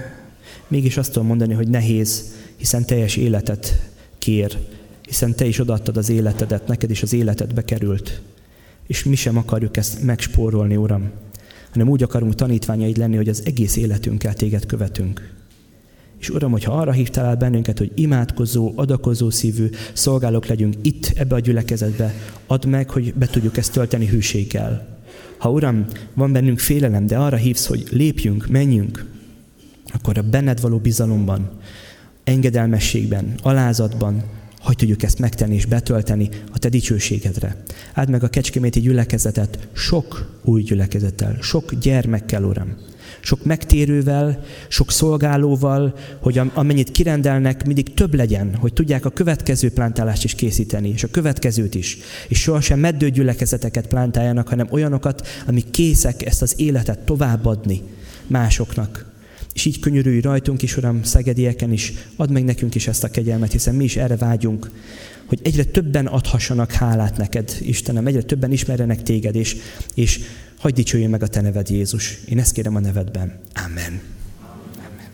azt tudom mondani, hogy nehéz, hiszen teljes életet kér, hiszen te is odaadtad az életedet, neked is az életedbe került. És mi sem akarjuk ezt megspórolni, Uram, hanem úgy akarunk tanítványaid lenni, hogy az egész életünkkel téged követünk. És Uram, hogyha arra hívtál el bennünket, hogy imádkozó, adakozó szívű szolgálók legyünk itt, ebbe a gyülekezetbe, add meg, hogy be tudjuk ezt tölteni hűséggel. Ha Uram, van bennünk félelem, de arra hívsz, hogy lépjünk, menjünk, akkor a benned való bizalomban, engedelmességben, alázatban, hogy tudjuk ezt megtenni és betölteni a te dicsőségedre. Áld meg a kecskeméti gyülekezetet sok új gyülekezettel, sok gyermekkel, Uram. Sok megtérővel, sok szolgálóval, hogy amennyit kirendelnek, mindig több legyen, hogy tudják a következő plántálást is készíteni, és a következőt is. És sohasem meddő gyülekezeteket plántáljanak, hanem olyanokat, amik készek ezt az életet továbbadni másoknak. És így könyörülj rajtunk is, Uram, szegedieken is, add meg nekünk is ezt a kegyelmet, hiszen mi is erre vágyunk, hogy egyre többen adhassanak hálát neked, Istenem, egyre többen ismerjenek téged, és hadd dicsőjön meg a te neved, Jézus. Én ezt kérem a nevedben. Amen. Amen.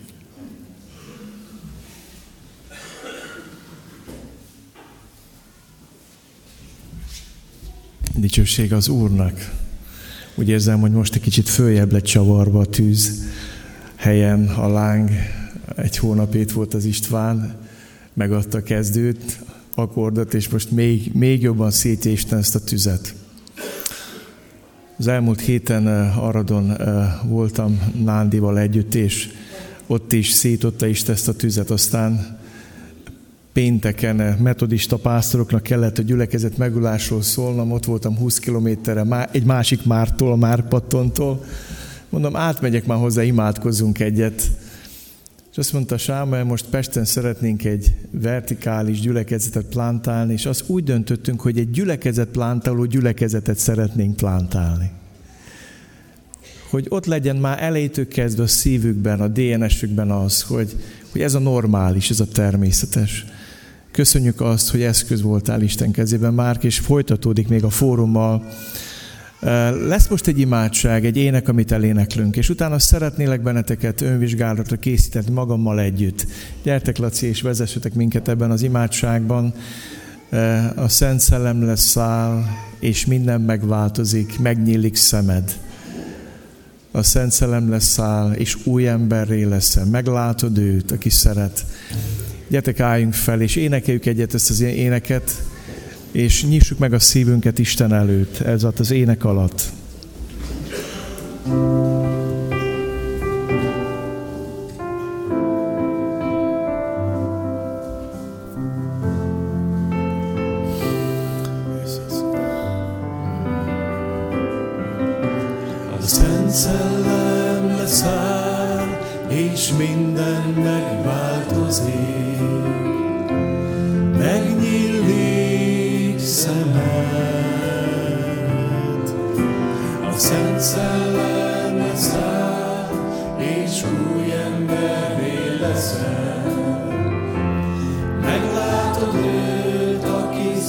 Dicsőség az Úrnak. Úgy érzem, hogy most egy kicsit följebb lett csavarva a tűz helyen, a láng. 1 hónapét volt az István, megadta a kezdőt, akkordot, és most még jobban szétje Isten ezt a tüzet. Az elmúlt héten Aradon voltam Nándival együtt, és ott is szétotta Isten ezt a tüzet. Aztán pénteken metodista pásztoroknak kellett a gyülekezet megulásról szólnom, ott voltam 20 kilométerre egy másik Mártól, a Márpattontól. Mondom, átmegyek már hozzá, imádkozzunk egyet. És azt mondta Sámuel, most Pesten szeretnénk egy vertikális gyülekezetet plántálni, és azt úgy döntöttünk, hogy egy gyülekezet plántáló gyülekezetet szeretnénk plántálni. hogy ott legyen már elejétől kezdve a szívükben, a DNS-ükben az, hogy ez a normális, ez a természetes. Köszönjük azt, hogy eszköz voltál Isten kezében, Márk, és folytatódik még a fórummal. Lesz most egy imádság, egy ének, amit eléneklünk, és utána szeretnélek benneteket önvizsgálatra készíteni magammal együtt. Gyertek, Laci, és vezessetek minket ebben az imádságban. A Szent Szellem leszáll, és minden megváltozik, megnyílik szemed. A Szent Szellem leszáll, és új emberré leszel. Meglátod őt, aki szeret. Gyertek, álljunk fel, és énekeljük egyet ezt az éneket, és nyissuk meg a szívünket Isten előtt, ez az ének alatt. A Szent Szellem leszáll, és minden megváltozik. Megnyílik szemed. A Szent Szellem leszáll, és új emberré leszel. Meglátod őt, aki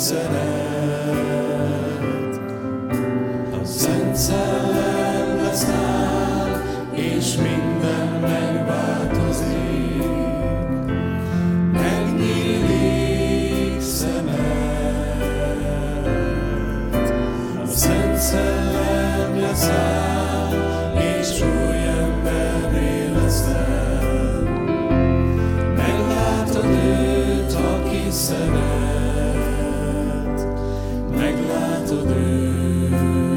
szeret. A Szent Szellem leszáll, és minden megváltozik. Megnyílik szemed. A Szent Szellem leszáll, és új emberré leszel. Meglátod őt, aki szeret. Meglátod őt,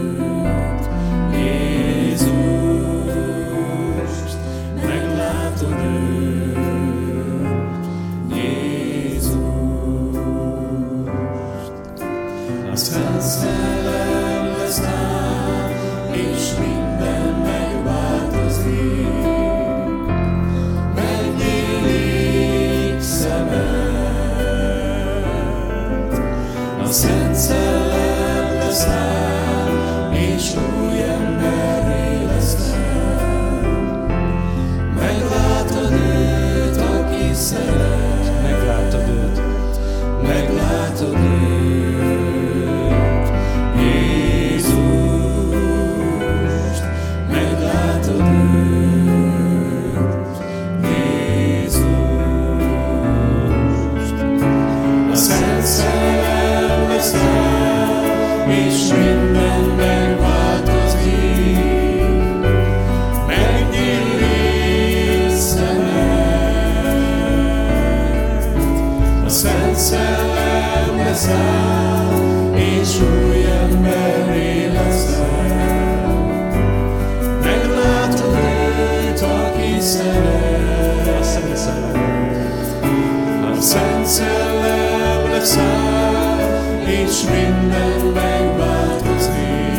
Jézust. Meglátod őt, Jézust. A Szent Szellem leszáll, és minden megváltozik. Megnyílik szemed. A Szent Szellem leszáll, és új emberré leszel. Meglátod őt, aki szeret. Meglátod őt. Meglátod őt, Jézust. Meglátod őt, Jézust. A Szent Szellem leszáll, és minden megváltozik. Megnyílik szemed. A Szent Szellem leszáll, és új emberré leszel. Meglátod őt, aki szeret. A Szent Szellem. A Szent Szellem leszáll, és minden megváltozik.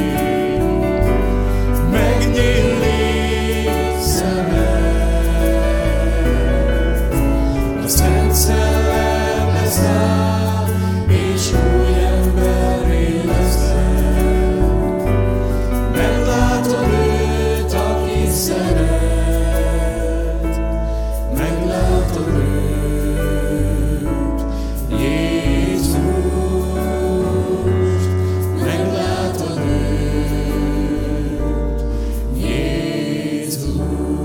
Megnyílik szemed. A Szent Szellem leszáll, és új emberré leszel. Meglátod őt, aki szeret. Meglátod őt, Jézust. Meglátod őt, Jézust.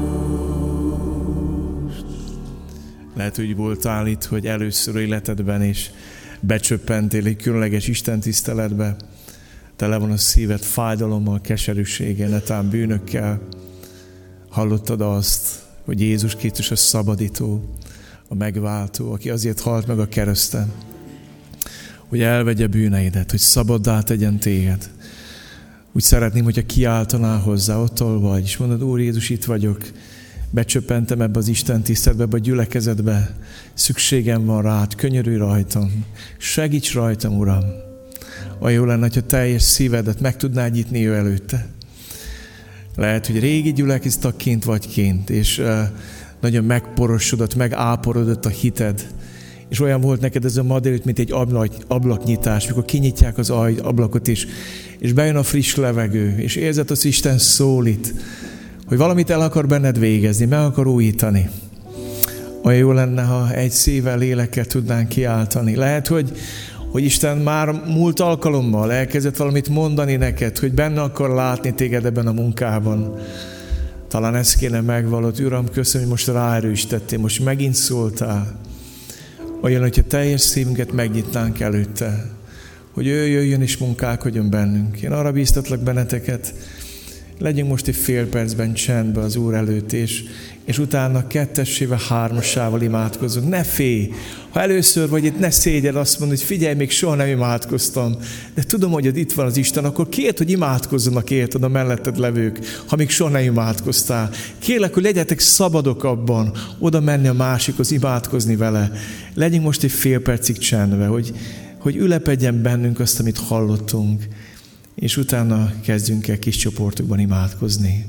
Lehet, hogy voltál itt, hogy először életedben is becsöppentél egy különleges Isten tiszteletbe. Tele van a szíved fájdalommal, keserűséggel, netán bűnökkel. Hallottad azt, hogy Jézus Krisztus a szabadító, a megváltó, aki azért halt meg a kereszten, hogy elvegye bűneidet, hogy szabaddá tegyen téged. Úgy szeretném, hogyha kiáltanál hozzá, ott, ahol vagy, és mondod, Úr Jézus, itt vagyok, becsöppentem ebbe az Isten tiszteletbe, ebbe a gyülekezetbe, szükségem van rád, könyörülj rajtam, segíts rajtam, Uram. Olyan jó lenne, hogyha teljes szívedet meg tudnád nyitni ő előtte. Lehet, hogy régi gyülekeztagként vagy kint, és nagyon megporosodott, megáporodott a hited, és olyan volt neked ez a ma délután, mint egy ablaknyitás, mikor kinyitják az ablakot, és bejön a friss levegő, és érzed, az Isten szólít, hogy valamit el akar benned végezni, meg akar újítani. Olyan jó lenne, ha egy szívvel, lélekkel tudnánk kiáltani. Lehet, hogy Isten már múlt alkalommal elkezdett valamit mondani neked, hogy benne akar látni téged ebben a munkában. Talán ezt kéne megvallod. Uram, köszönöm, hogy most ráerősítettél, most megint szóltál. Olyan, hogyha teljes szívünket megnyitnánk előtte, hogy ő jöjjön és munkálkodjon bennünk. Én arra bíztatlak benneteket, legyünk most egy fél percben csendben az Úr előtt, és utána 2-esével, 3-asával imádkozzunk. Ne félj! Ha először vagy itt, ne szégyed azt mondani, hogy figyelj, még soha nem imádkoztam. De tudom, hogy itt van az Isten, akkor kérd, hogy imádkozzanak érted a melletted levők, ha még soha nem imádkoztál. Kérlek, hogy legyetek szabadok abban, oda menni a másikhoz, imádkozni vele. Legyünk most egy fél percig csendben, hogy ülepedjen bennünk azt, amit hallottunk, és utána kezdjünk el kis csoportokban imádkozni.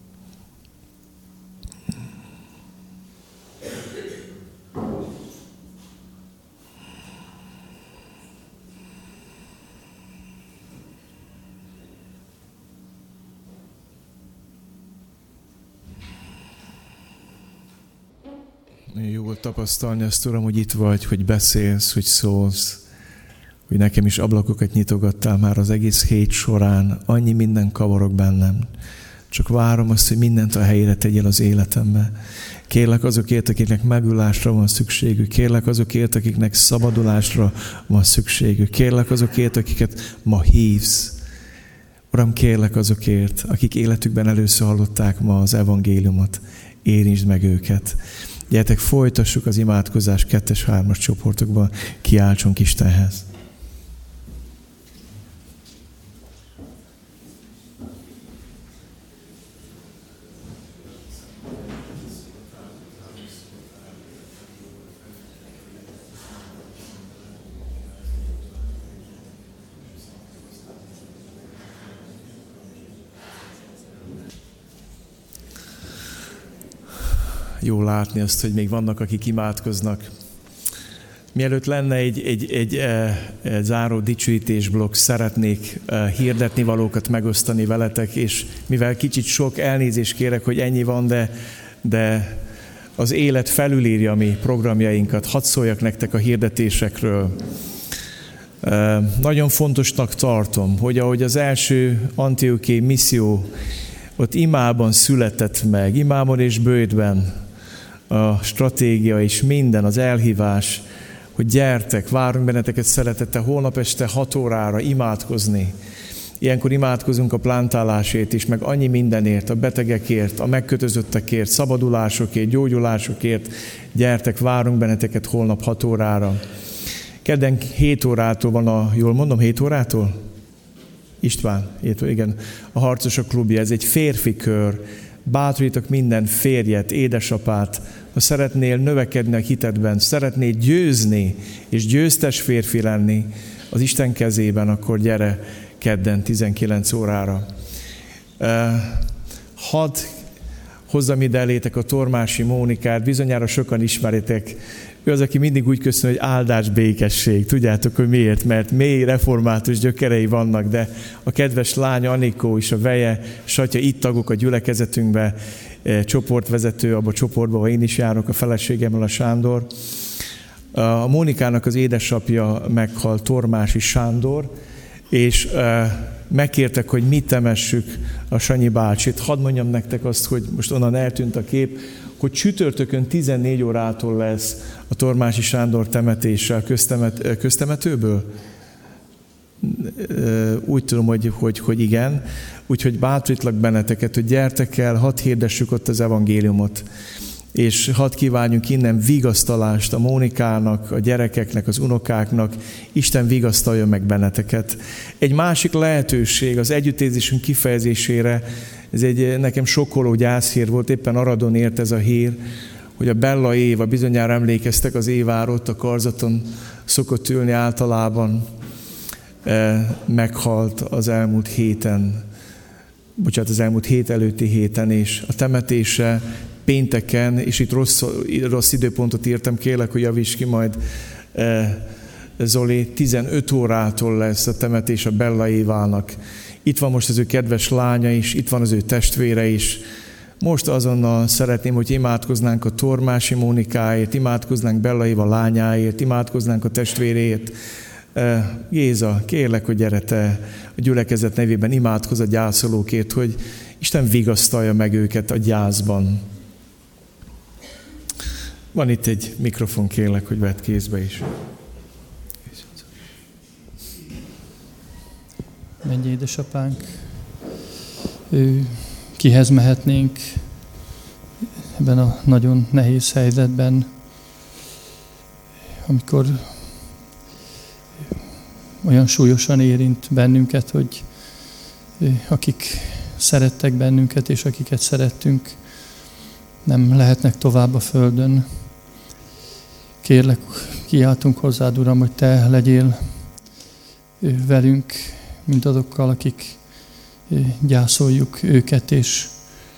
Jó volt tapasztalni azt, Uram, hogy itt vagy, hogy beszélsz, hogy szólsz, hogy nekem is ablakokat nyitogattál már az egész hét során, annyi minden kavarok bennem. Csak várom azt, hogy mindent a helyére tegyél az életembe. Kérlek azokért, akiknek megülásra van szükségük. Kérlek azokért, akiknek szabadulásra van szükségük. Kérlek azokért, akiket ma hívsz. Uram, kérlek azokért, akik életükben először hallották ma az evangéliumot. Érintsd meg őket. Gyertek, folytassuk az imádkozás 2-3-as csoportokban, kiáltsunk Istenhez. Jó látni azt, hogy még vannak, akik imádkoznak. Mielőtt lenne egy záró dicsőítésblokk, szeretnék hirdetni valókat megosztani veletek, és mivel kicsit sok elnézést kérek, hogy ennyi van, de az élet felülírja a mi programjainkat. Hadd szóljak nektek a hirdetésekről. Nagyon fontosnak tartom, hogy ahogy az első antiochiai misszió ott Imában született meg, Imában és Bőjtben, a stratégia és minden, az elhívás, hogy gyertek, várunk benneteket szeretettel holnap este 6 órára imádkozni. Ilyenkor imádkozunk a plántálásért is, meg annyi mindenért, a betegekért, a megkötözöttekért, szabadulásokért, gyógyulásokért. Gyertek, várunk benneteket holnap 6 órára. Kedden 7 órától van jól mondom, 7 órától? István, igen, a Harcosok klubja, ez egy férfi kör. Bátorítok minden férjet, édesapát, ha szeretnél növekedni a hitedben, szeretnél győzni és győztes férfi lenni az Isten kezében, akkor gyere kedden 19 órára. Hadd hozzam ide elétek a Tormási Mónikát, bizonyára sokan ismeritek. Ő az, aki mindig úgy köszön, hogy áldás, békesség. Tudjátok, hogy miért? Mert mély református gyökerei vannak, de a kedves lánya Anikó és a veje, Satya itt tagok a gyülekezetünkbe, csoportvezető, abban a csoportban, ahol én is járok, a feleségemmel, a Sándor. A Mónikának az édesapja meghalt, Tormási Sándor, és megkértek, hogy mi temessük a Sanyi bácsit. Hadd mondjam nektek azt, hogy most onnan eltűnt a kép, hogy csütörtökön 14 órától lesz a Tormási Sándor temetése a köztemetőből. Úgy tudom, hogy igen. Úgyhogy bátorítlak benneteket, hogy gyertek el, hadd hirdessük ott az evangéliumot. És hadd kívánjunk innen vigasztalást a Mónikának, a gyerekeknek, az unokáknak. Isten vigasztaljon meg benneteket. Egy másik lehetőség az együttérzésünk kifejezésére, ez egy nekem sokkoló gyászhír volt, éppen Aradon ért ez a hír, hogy a Bella Éva, bizonyára emlékeztek, az Évára ott a karzaton szokott ülni általában, meghalt az elmúlt héten, az elmúlt hét előtti héten, és a temetése pénteken, és itt rossz időpontot írtam, kérlek, hogy javíts ki majd, Zoli, 15 órától lesz a temetés a Bella Évának. Itt van most az ő kedves lánya is, itt van az ő testvére is, most azonnal szeretném, hogy imádkoznánk a Tormási Mónikáért, imádkoznánk Bella Éva lányáért, imádkoznánk a testvéréért. Géza, kérlek, hogy gyere te a gyülekezet nevében, imádkozz a gyászolókért, hogy Isten vigasztalja meg őket a gyászban. Van itt egy mikrofon, kérlek, hogy vedd kézbe is. Menj, édesapánk, kihez mehetnénk ebben a nagyon nehéz helyzetben, amikor olyan súlyosan érint bennünket, hogy akik szerettek bennünket, és akiket szerettünk, nem lehetnek tovább a földön. Kérlek, kiáltunk hozzád, Uram, hogy te legyél velünk, mint azokkal, akik gyászoljuk őket, és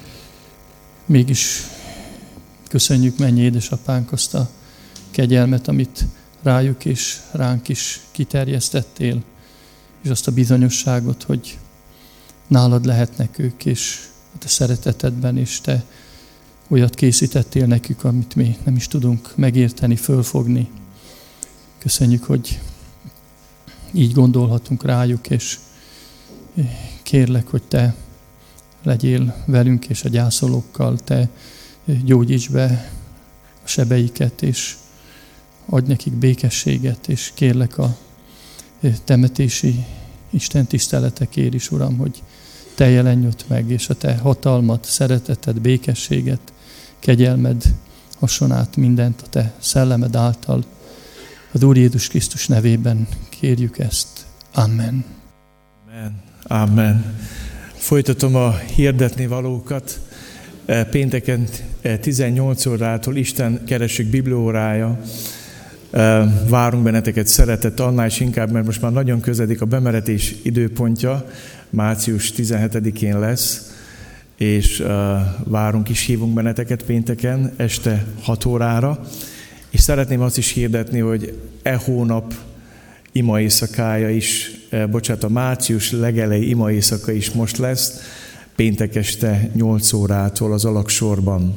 mégis köszönjük, mennyi édesapánk, azt a kegyelmet, amit rájuk és ránk is kiterjesztettél, és azt a bizonyosságot, hogy nálad lehetnek ők, és a te szeretetedben, és te olyat készítettél nekük, amit mi nem is tudunk megérteni, fölfogni. Köszönjük, hogy így gondolhatunk rájuk, és kérlek, hogy te legyél velünk és a gyászolókkal, te gyógyíts be a sebeiket, és adj nekik békességet, és kérlek a temetési Isten tiszteletekért is, Uram, hogy te jelenj ott meg, és a te hatalmat, szereteted, békességet, kegyelmed hasson át mindent a te szellemed által. Az Úr Jézus Krisztus nevében kérjük ezt. Amen. Amen. Amen. Folytatom a hirdetni valókat. Pénteken 18 órától Isten Keressük Bibliaórája. Várunk benneteket szeretettel, annál is inkább, mert most már nagyon közeledik a bemeretés időpontja. Március 17-én lesz, és várunk is, hívunk benneteket pénteken este 6 órára. És szeretném azt is hirdetni, hogy hónap ima éjszakája is, a március legelejé ima éjszaka is most lesz, péntek este 8 órától az alagsorban.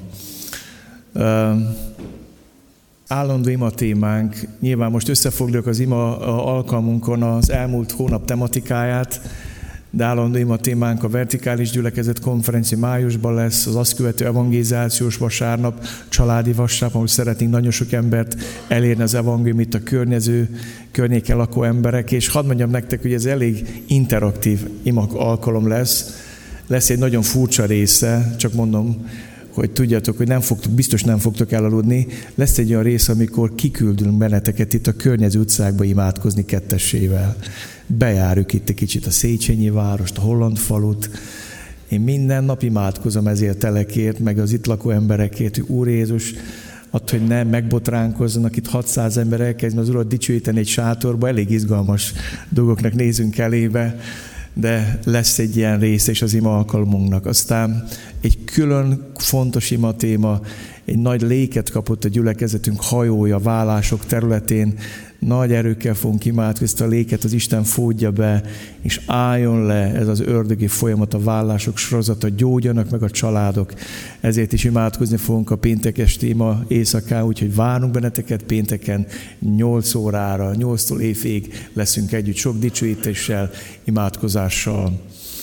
Állandó ima témánk, nyilván most összefoglaljuk az ima alkalmunkon az elmúlt hónap tematikáját, de állandó ima témánk a vertikális gyülekezet konferencia májusban lesz, az azt követő evangelizációs vasárnap, családi vasárnap, ahol szeretnénk nagyon sok embert elérni az evangélium, itt a környéken lakó emberek, és hadd mondjam nektek, hogy ez elég interaktív ima alkalom lesz. Lesz egy nagyon furcsa része, csak mondom, hogy tudjátok, hogy biztos nem fogtok elaludni. Lesz egy olyan rész, amikor kiküldünk benneteket itt a környező utcákba imádkozni kettessével. Bejárjuk itt egy kicsit a Széchenyi várost, a Holland falut. Én minden nap imádkozom ezért telekért, meg az itt lakó emberekért, hogy Úr Jézus, add, hogy ne megbotránkozzanak, itt 600 ember elkezd az Urat dicsőíteni egy sátorba, elég izgalmas dolgoknak nézünk elébe, de lesz egy ilyen része is az ima alkalmunknak. Aztán egy külön fontos ima téma, egy nagy léket kapott a gyülekezetünk hajója, vállások területén. Nagy erőkkel fogunk imádkozni, ezt a léket az Isten fódja be, és álljon le ez az ördögi folyamat, a vállások sorozata, gyógyjanak meg a családok. Ezért is imádkozni fogunk a péntek esti ima éjszakán, úgyhogy várunk benneteket pénteken 8 órára, 8-tól éjféig leszünk együtt, sok dicsőítéssel, imádkozással.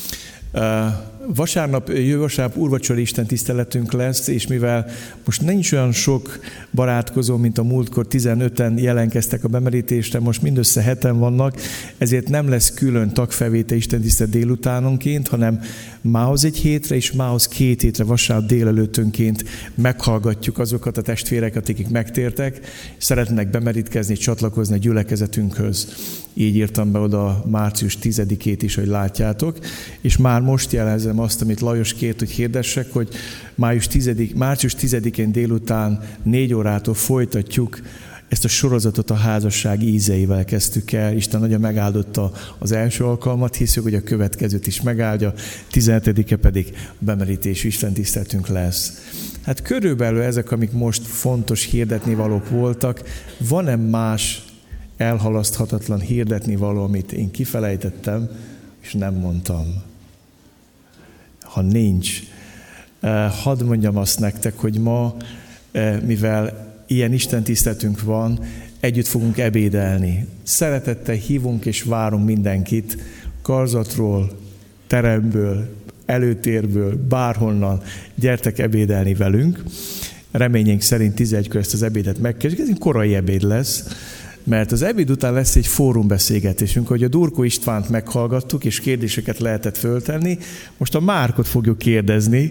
Jövő vasárnap úrvacsori Isten tiszteletünk lesz, és mivel most nincs olyan sok barátkozó, mint a múltkor 15-en jelentkeztek a bemerítésre, most mindössze 7-en vannak, ezért nem lesz külön tagfelvétel Isten tisztelet délutánonként, hanem mához egy hétre és mához 2 hétre vasárnap délelőttönként meghallgatjuk azokat a testvéreket, akik megtértek, és szeretnének bemerítkezni, csatlakozni a gyülekezetünkhöz. Így írtam be oda március 10-ét is, hogy látjátok, és már most jelezem azt, amit Lajos kért, hogy hirdessek, hogy március 10-én délután 4 órától folytatjuk ezt a sorozatot a házasság ízeivel kezdtük el. Isten nagyon megáldotta az első alkalmat, hiszük, hogy a következőt is megáldja, 17-e pedig bemerítés Isten tiszteltünk lesz. Hát körülbelül ezek, amik most fontos hirdetni valók voltak. Van-e más elhalaszthatatlan hirdetni való, amit én kifelejtettem, és nem mondtam? Ha nincs, Hadd mondjam azt nektek, hogy ma, mivel ilyen istentiszteletünk van, együtt fogunk ebédelni. Szeretettel hívunk és várunk mindenkit, karzatról, teremből, előtérből, bárhonnan, gyertek ebédelni velünk. Reményénk szerint 11-kor ezt az ebédet megkezdjük. Ez egy korai ebéd lesz, mert az ebéd után lesz egy fórumbeszélgetésünk, hogy a Durkó Istvánt meghallgattuk, és kérdéseket lehetett föltenni. Most a Márkot fogjuk kérdezni.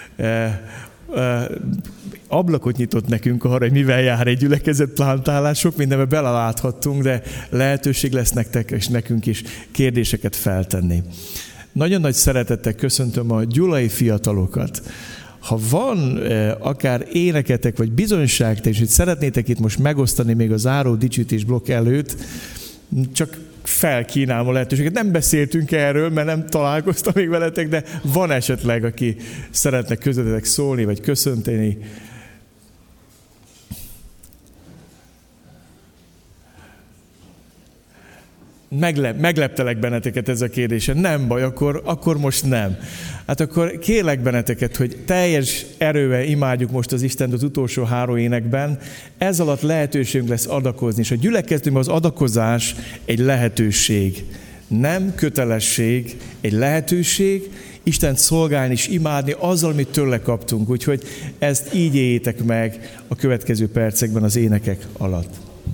Ablakot nyitott nekünk arra, hogy mivel jár egy gyülekezet plántálás, sok mindenbe beleláthattunk, de lehetőség lesz nektek és nekünk is kérdéseket feltenni. Nagyon nagy szeretettel köszöntöm a gyulai fiatalokat. Ha van akár éneketek, vagy bizonyságtek, és hogy szeretnétek itt most megosztani még a záró dicsőítés blokk előtt, csak felkínálom a lehetőséget. Nem beszéltünk erről, mert nem találkoztam még veletek, de van esetleg, aki szeretne közöttetek szólni, vagy köszönteni. Megleptelek benneteket ez a kérdése. Nem baj, akkor most nem. Hát akkor kérlek benneteket, hogy teljes erővel imádjuk most az Istent az utolsó 3 énekben. Ez alatt lehetőségünk lesz adakozni, és a gyülekezetben az adakozás egy lehetőség. Nem kötelesség, egy lehetőség, Istent szolgálni és imádni azzal, amit tőle kaptunk. Úgyhogy ezt így éljétek meg a következő percekben az énekek alatt.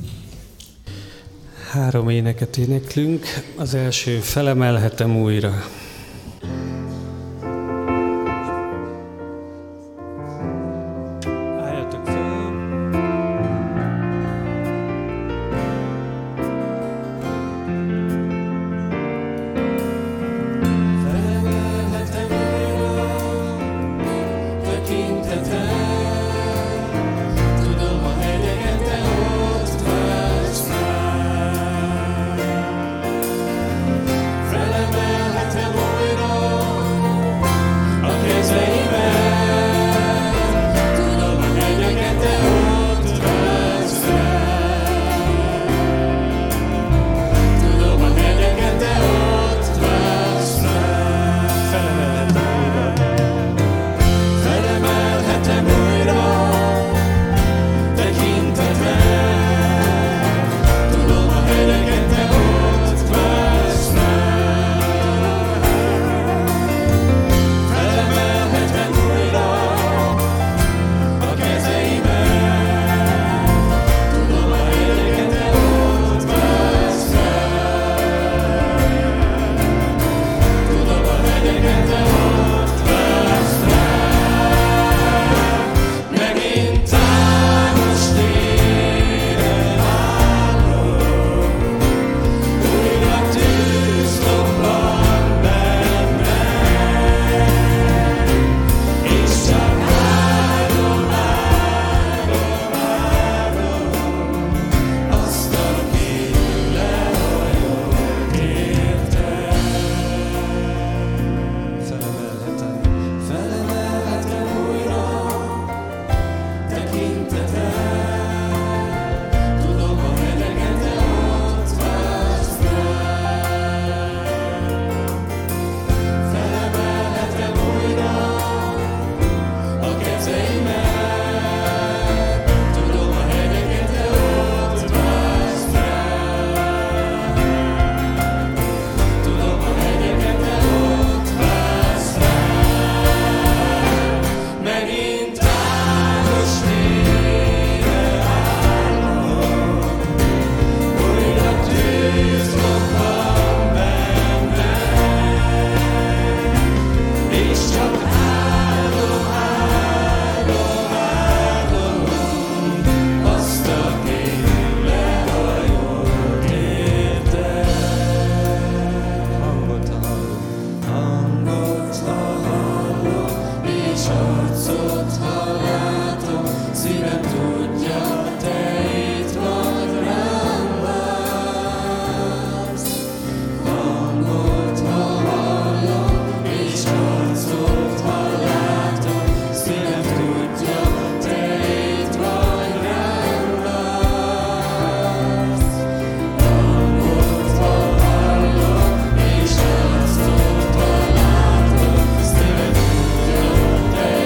3 éneket éneklünk. Az első, felemelhetem újra. Álljatok fel. Felemelhetem újra tekintetem, tudom a hegyeken te ott vársz már. Felemelhetem újra a kezeimet, tudom a hegyeken te ott vársz már. Tudom a hegyeken te ott vársz már. Felemelhetem újra tekintetem, tudom a hegyeken te ott vársz már. Felemelhetem újra a kezeimet, tudom a hegyeken te ott vársz már. Tudom a hegyeken te ott vársz már. Megint tágas téren állok, újra tűz lobban bennem, és csak áldom azt, aki lehajolt értem. Felemelhetem újra tekintetem, tudom a hegyeken te ott vársz már. Felemelhetem újra a kezeimet, tudom a hegyeken te ott vársz már. Tudom a hegyeken te ott vársz már. Megint tágas térre állok, újra tűz lobban bennem, és csak áldom azt, aki lehajolt értem. Hangot hallok, és arcot látom, szívem tudja, te itt vagy, rám vársz. Hangot hallok, és arcot látom, szívem tudja, te itt vagy, rám vársz. Hangot hallok, és arcot látom, szívem tudja, te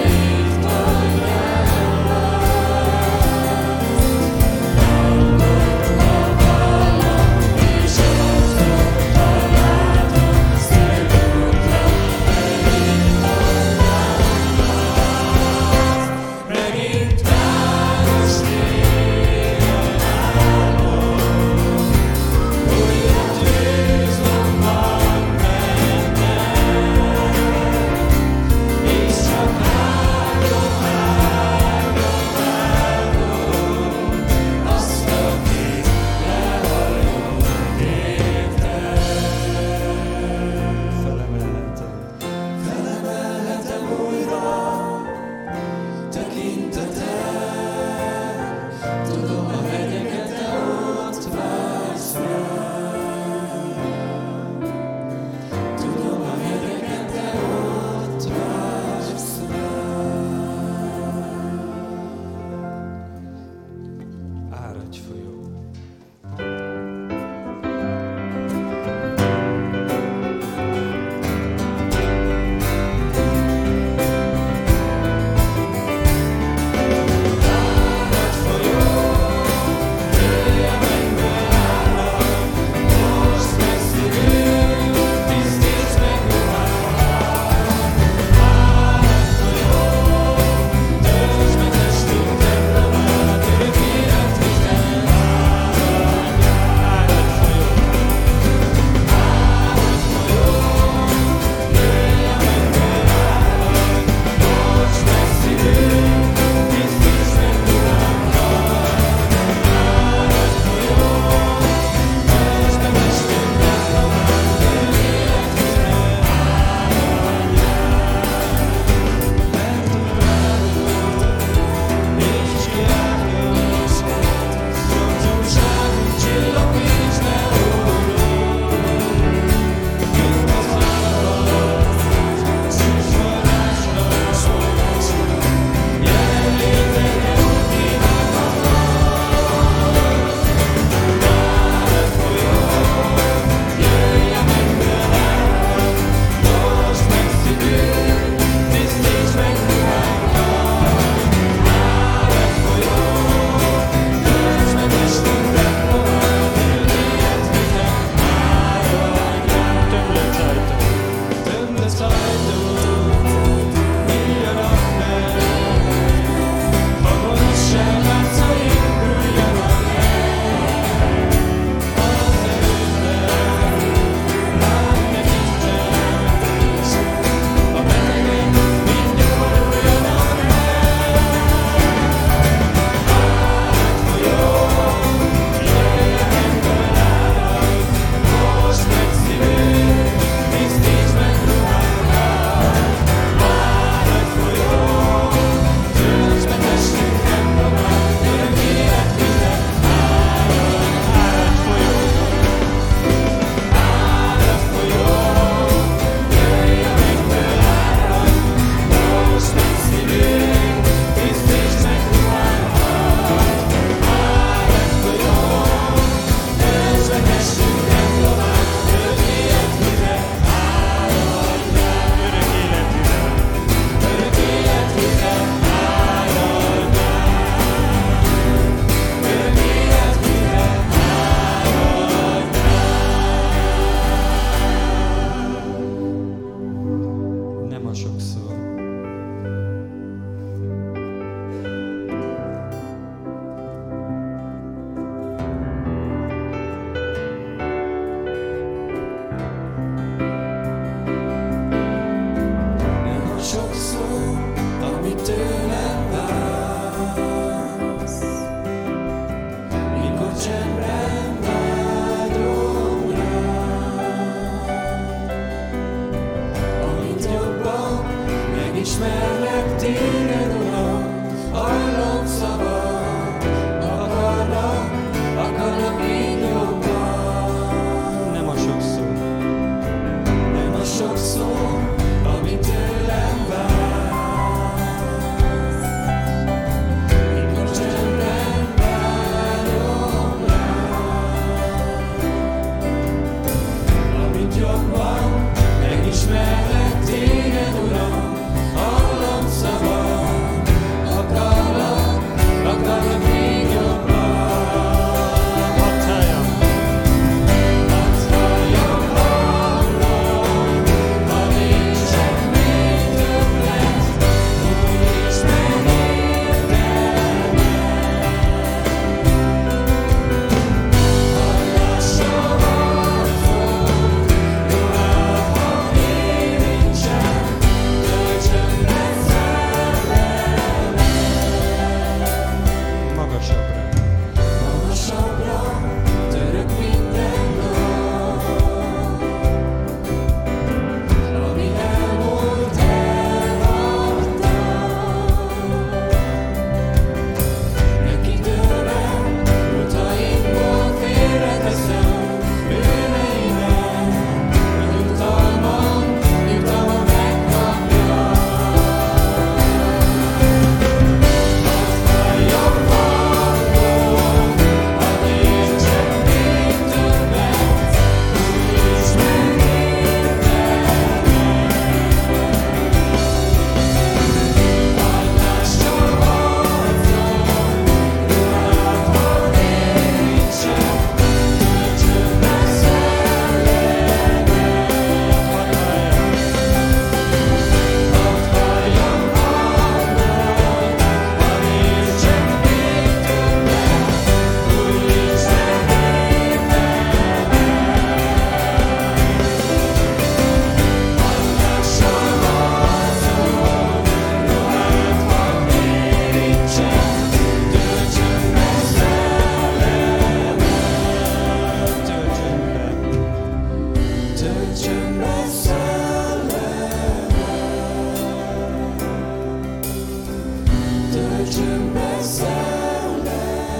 Töltsön be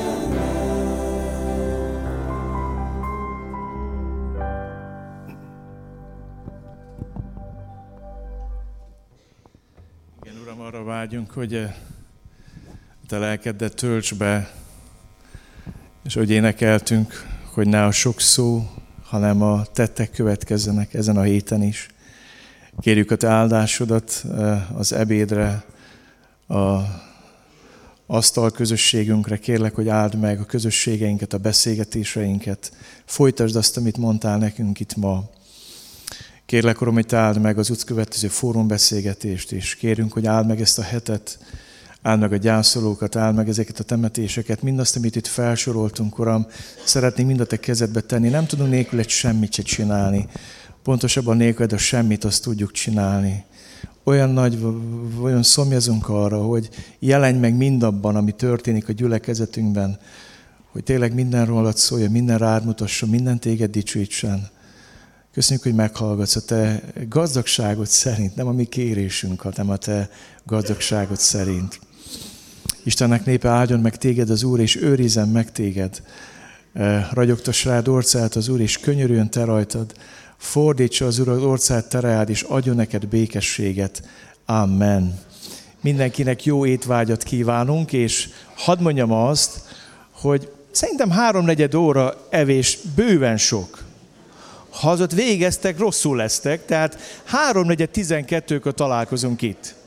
Igen, Uram, arra vágyunk, hogy Te lelkeddel tölts be, és hogy énekeltünk, hogy ne a sok szó, hanem a tettek következzenek ezen a héten is. Kérjük a Te áldásodat az ebédre, az asztal közösségünkre. Kérlek, hogy áld meg a közösségeinket, a beszélgetéseinket. Folytasd azt, amit mondtál nekünk itt ma. Kérlek, Uram, hogy Te áld meg az utcakövetkező fórumbeszélgetést, és kérünk, hogy áld meg ezt a hetet, áld meg a gyászolókat, áld meg ezeket a temetéseket, mindazt, amit itt felsoroltunk, Uram, szeretnénk mind a Te kezedbe tenni. Nem tudunk nélkül semmit se csinálni. Pontosabban nélküled a semmit azt tudjuk csinálni. Olyan szomjazunk arra, hogy jelenj meg mindabban, ami történik a gyülekezetünkben, hogy tényleg minden rólad szóljon, minden rád mutasson, minden téged dicsőítsen. Köszönjük, hogy meghallgatsz a Te gazdagságod szerint, nem a mi kérésünk, hanem a Te gazdagságod szerint. Istennek népe, áldjon meg téged az Úr, és őrizzen meg téged. Ragyogtass rád orcát az Úr, és könyörüljön te rajtad. Fordítsa az Úr az orcát te rád, és adjon neked békességet. Amen. Mindenkinek jó étvágyat kívánunk, és hadd mondjam azt, hogy szerintem 3-4 óra evés bőven sok. Ha az ott végeztek, rosszul lesztek, tehát 3-4-12-kor találkozunk itt.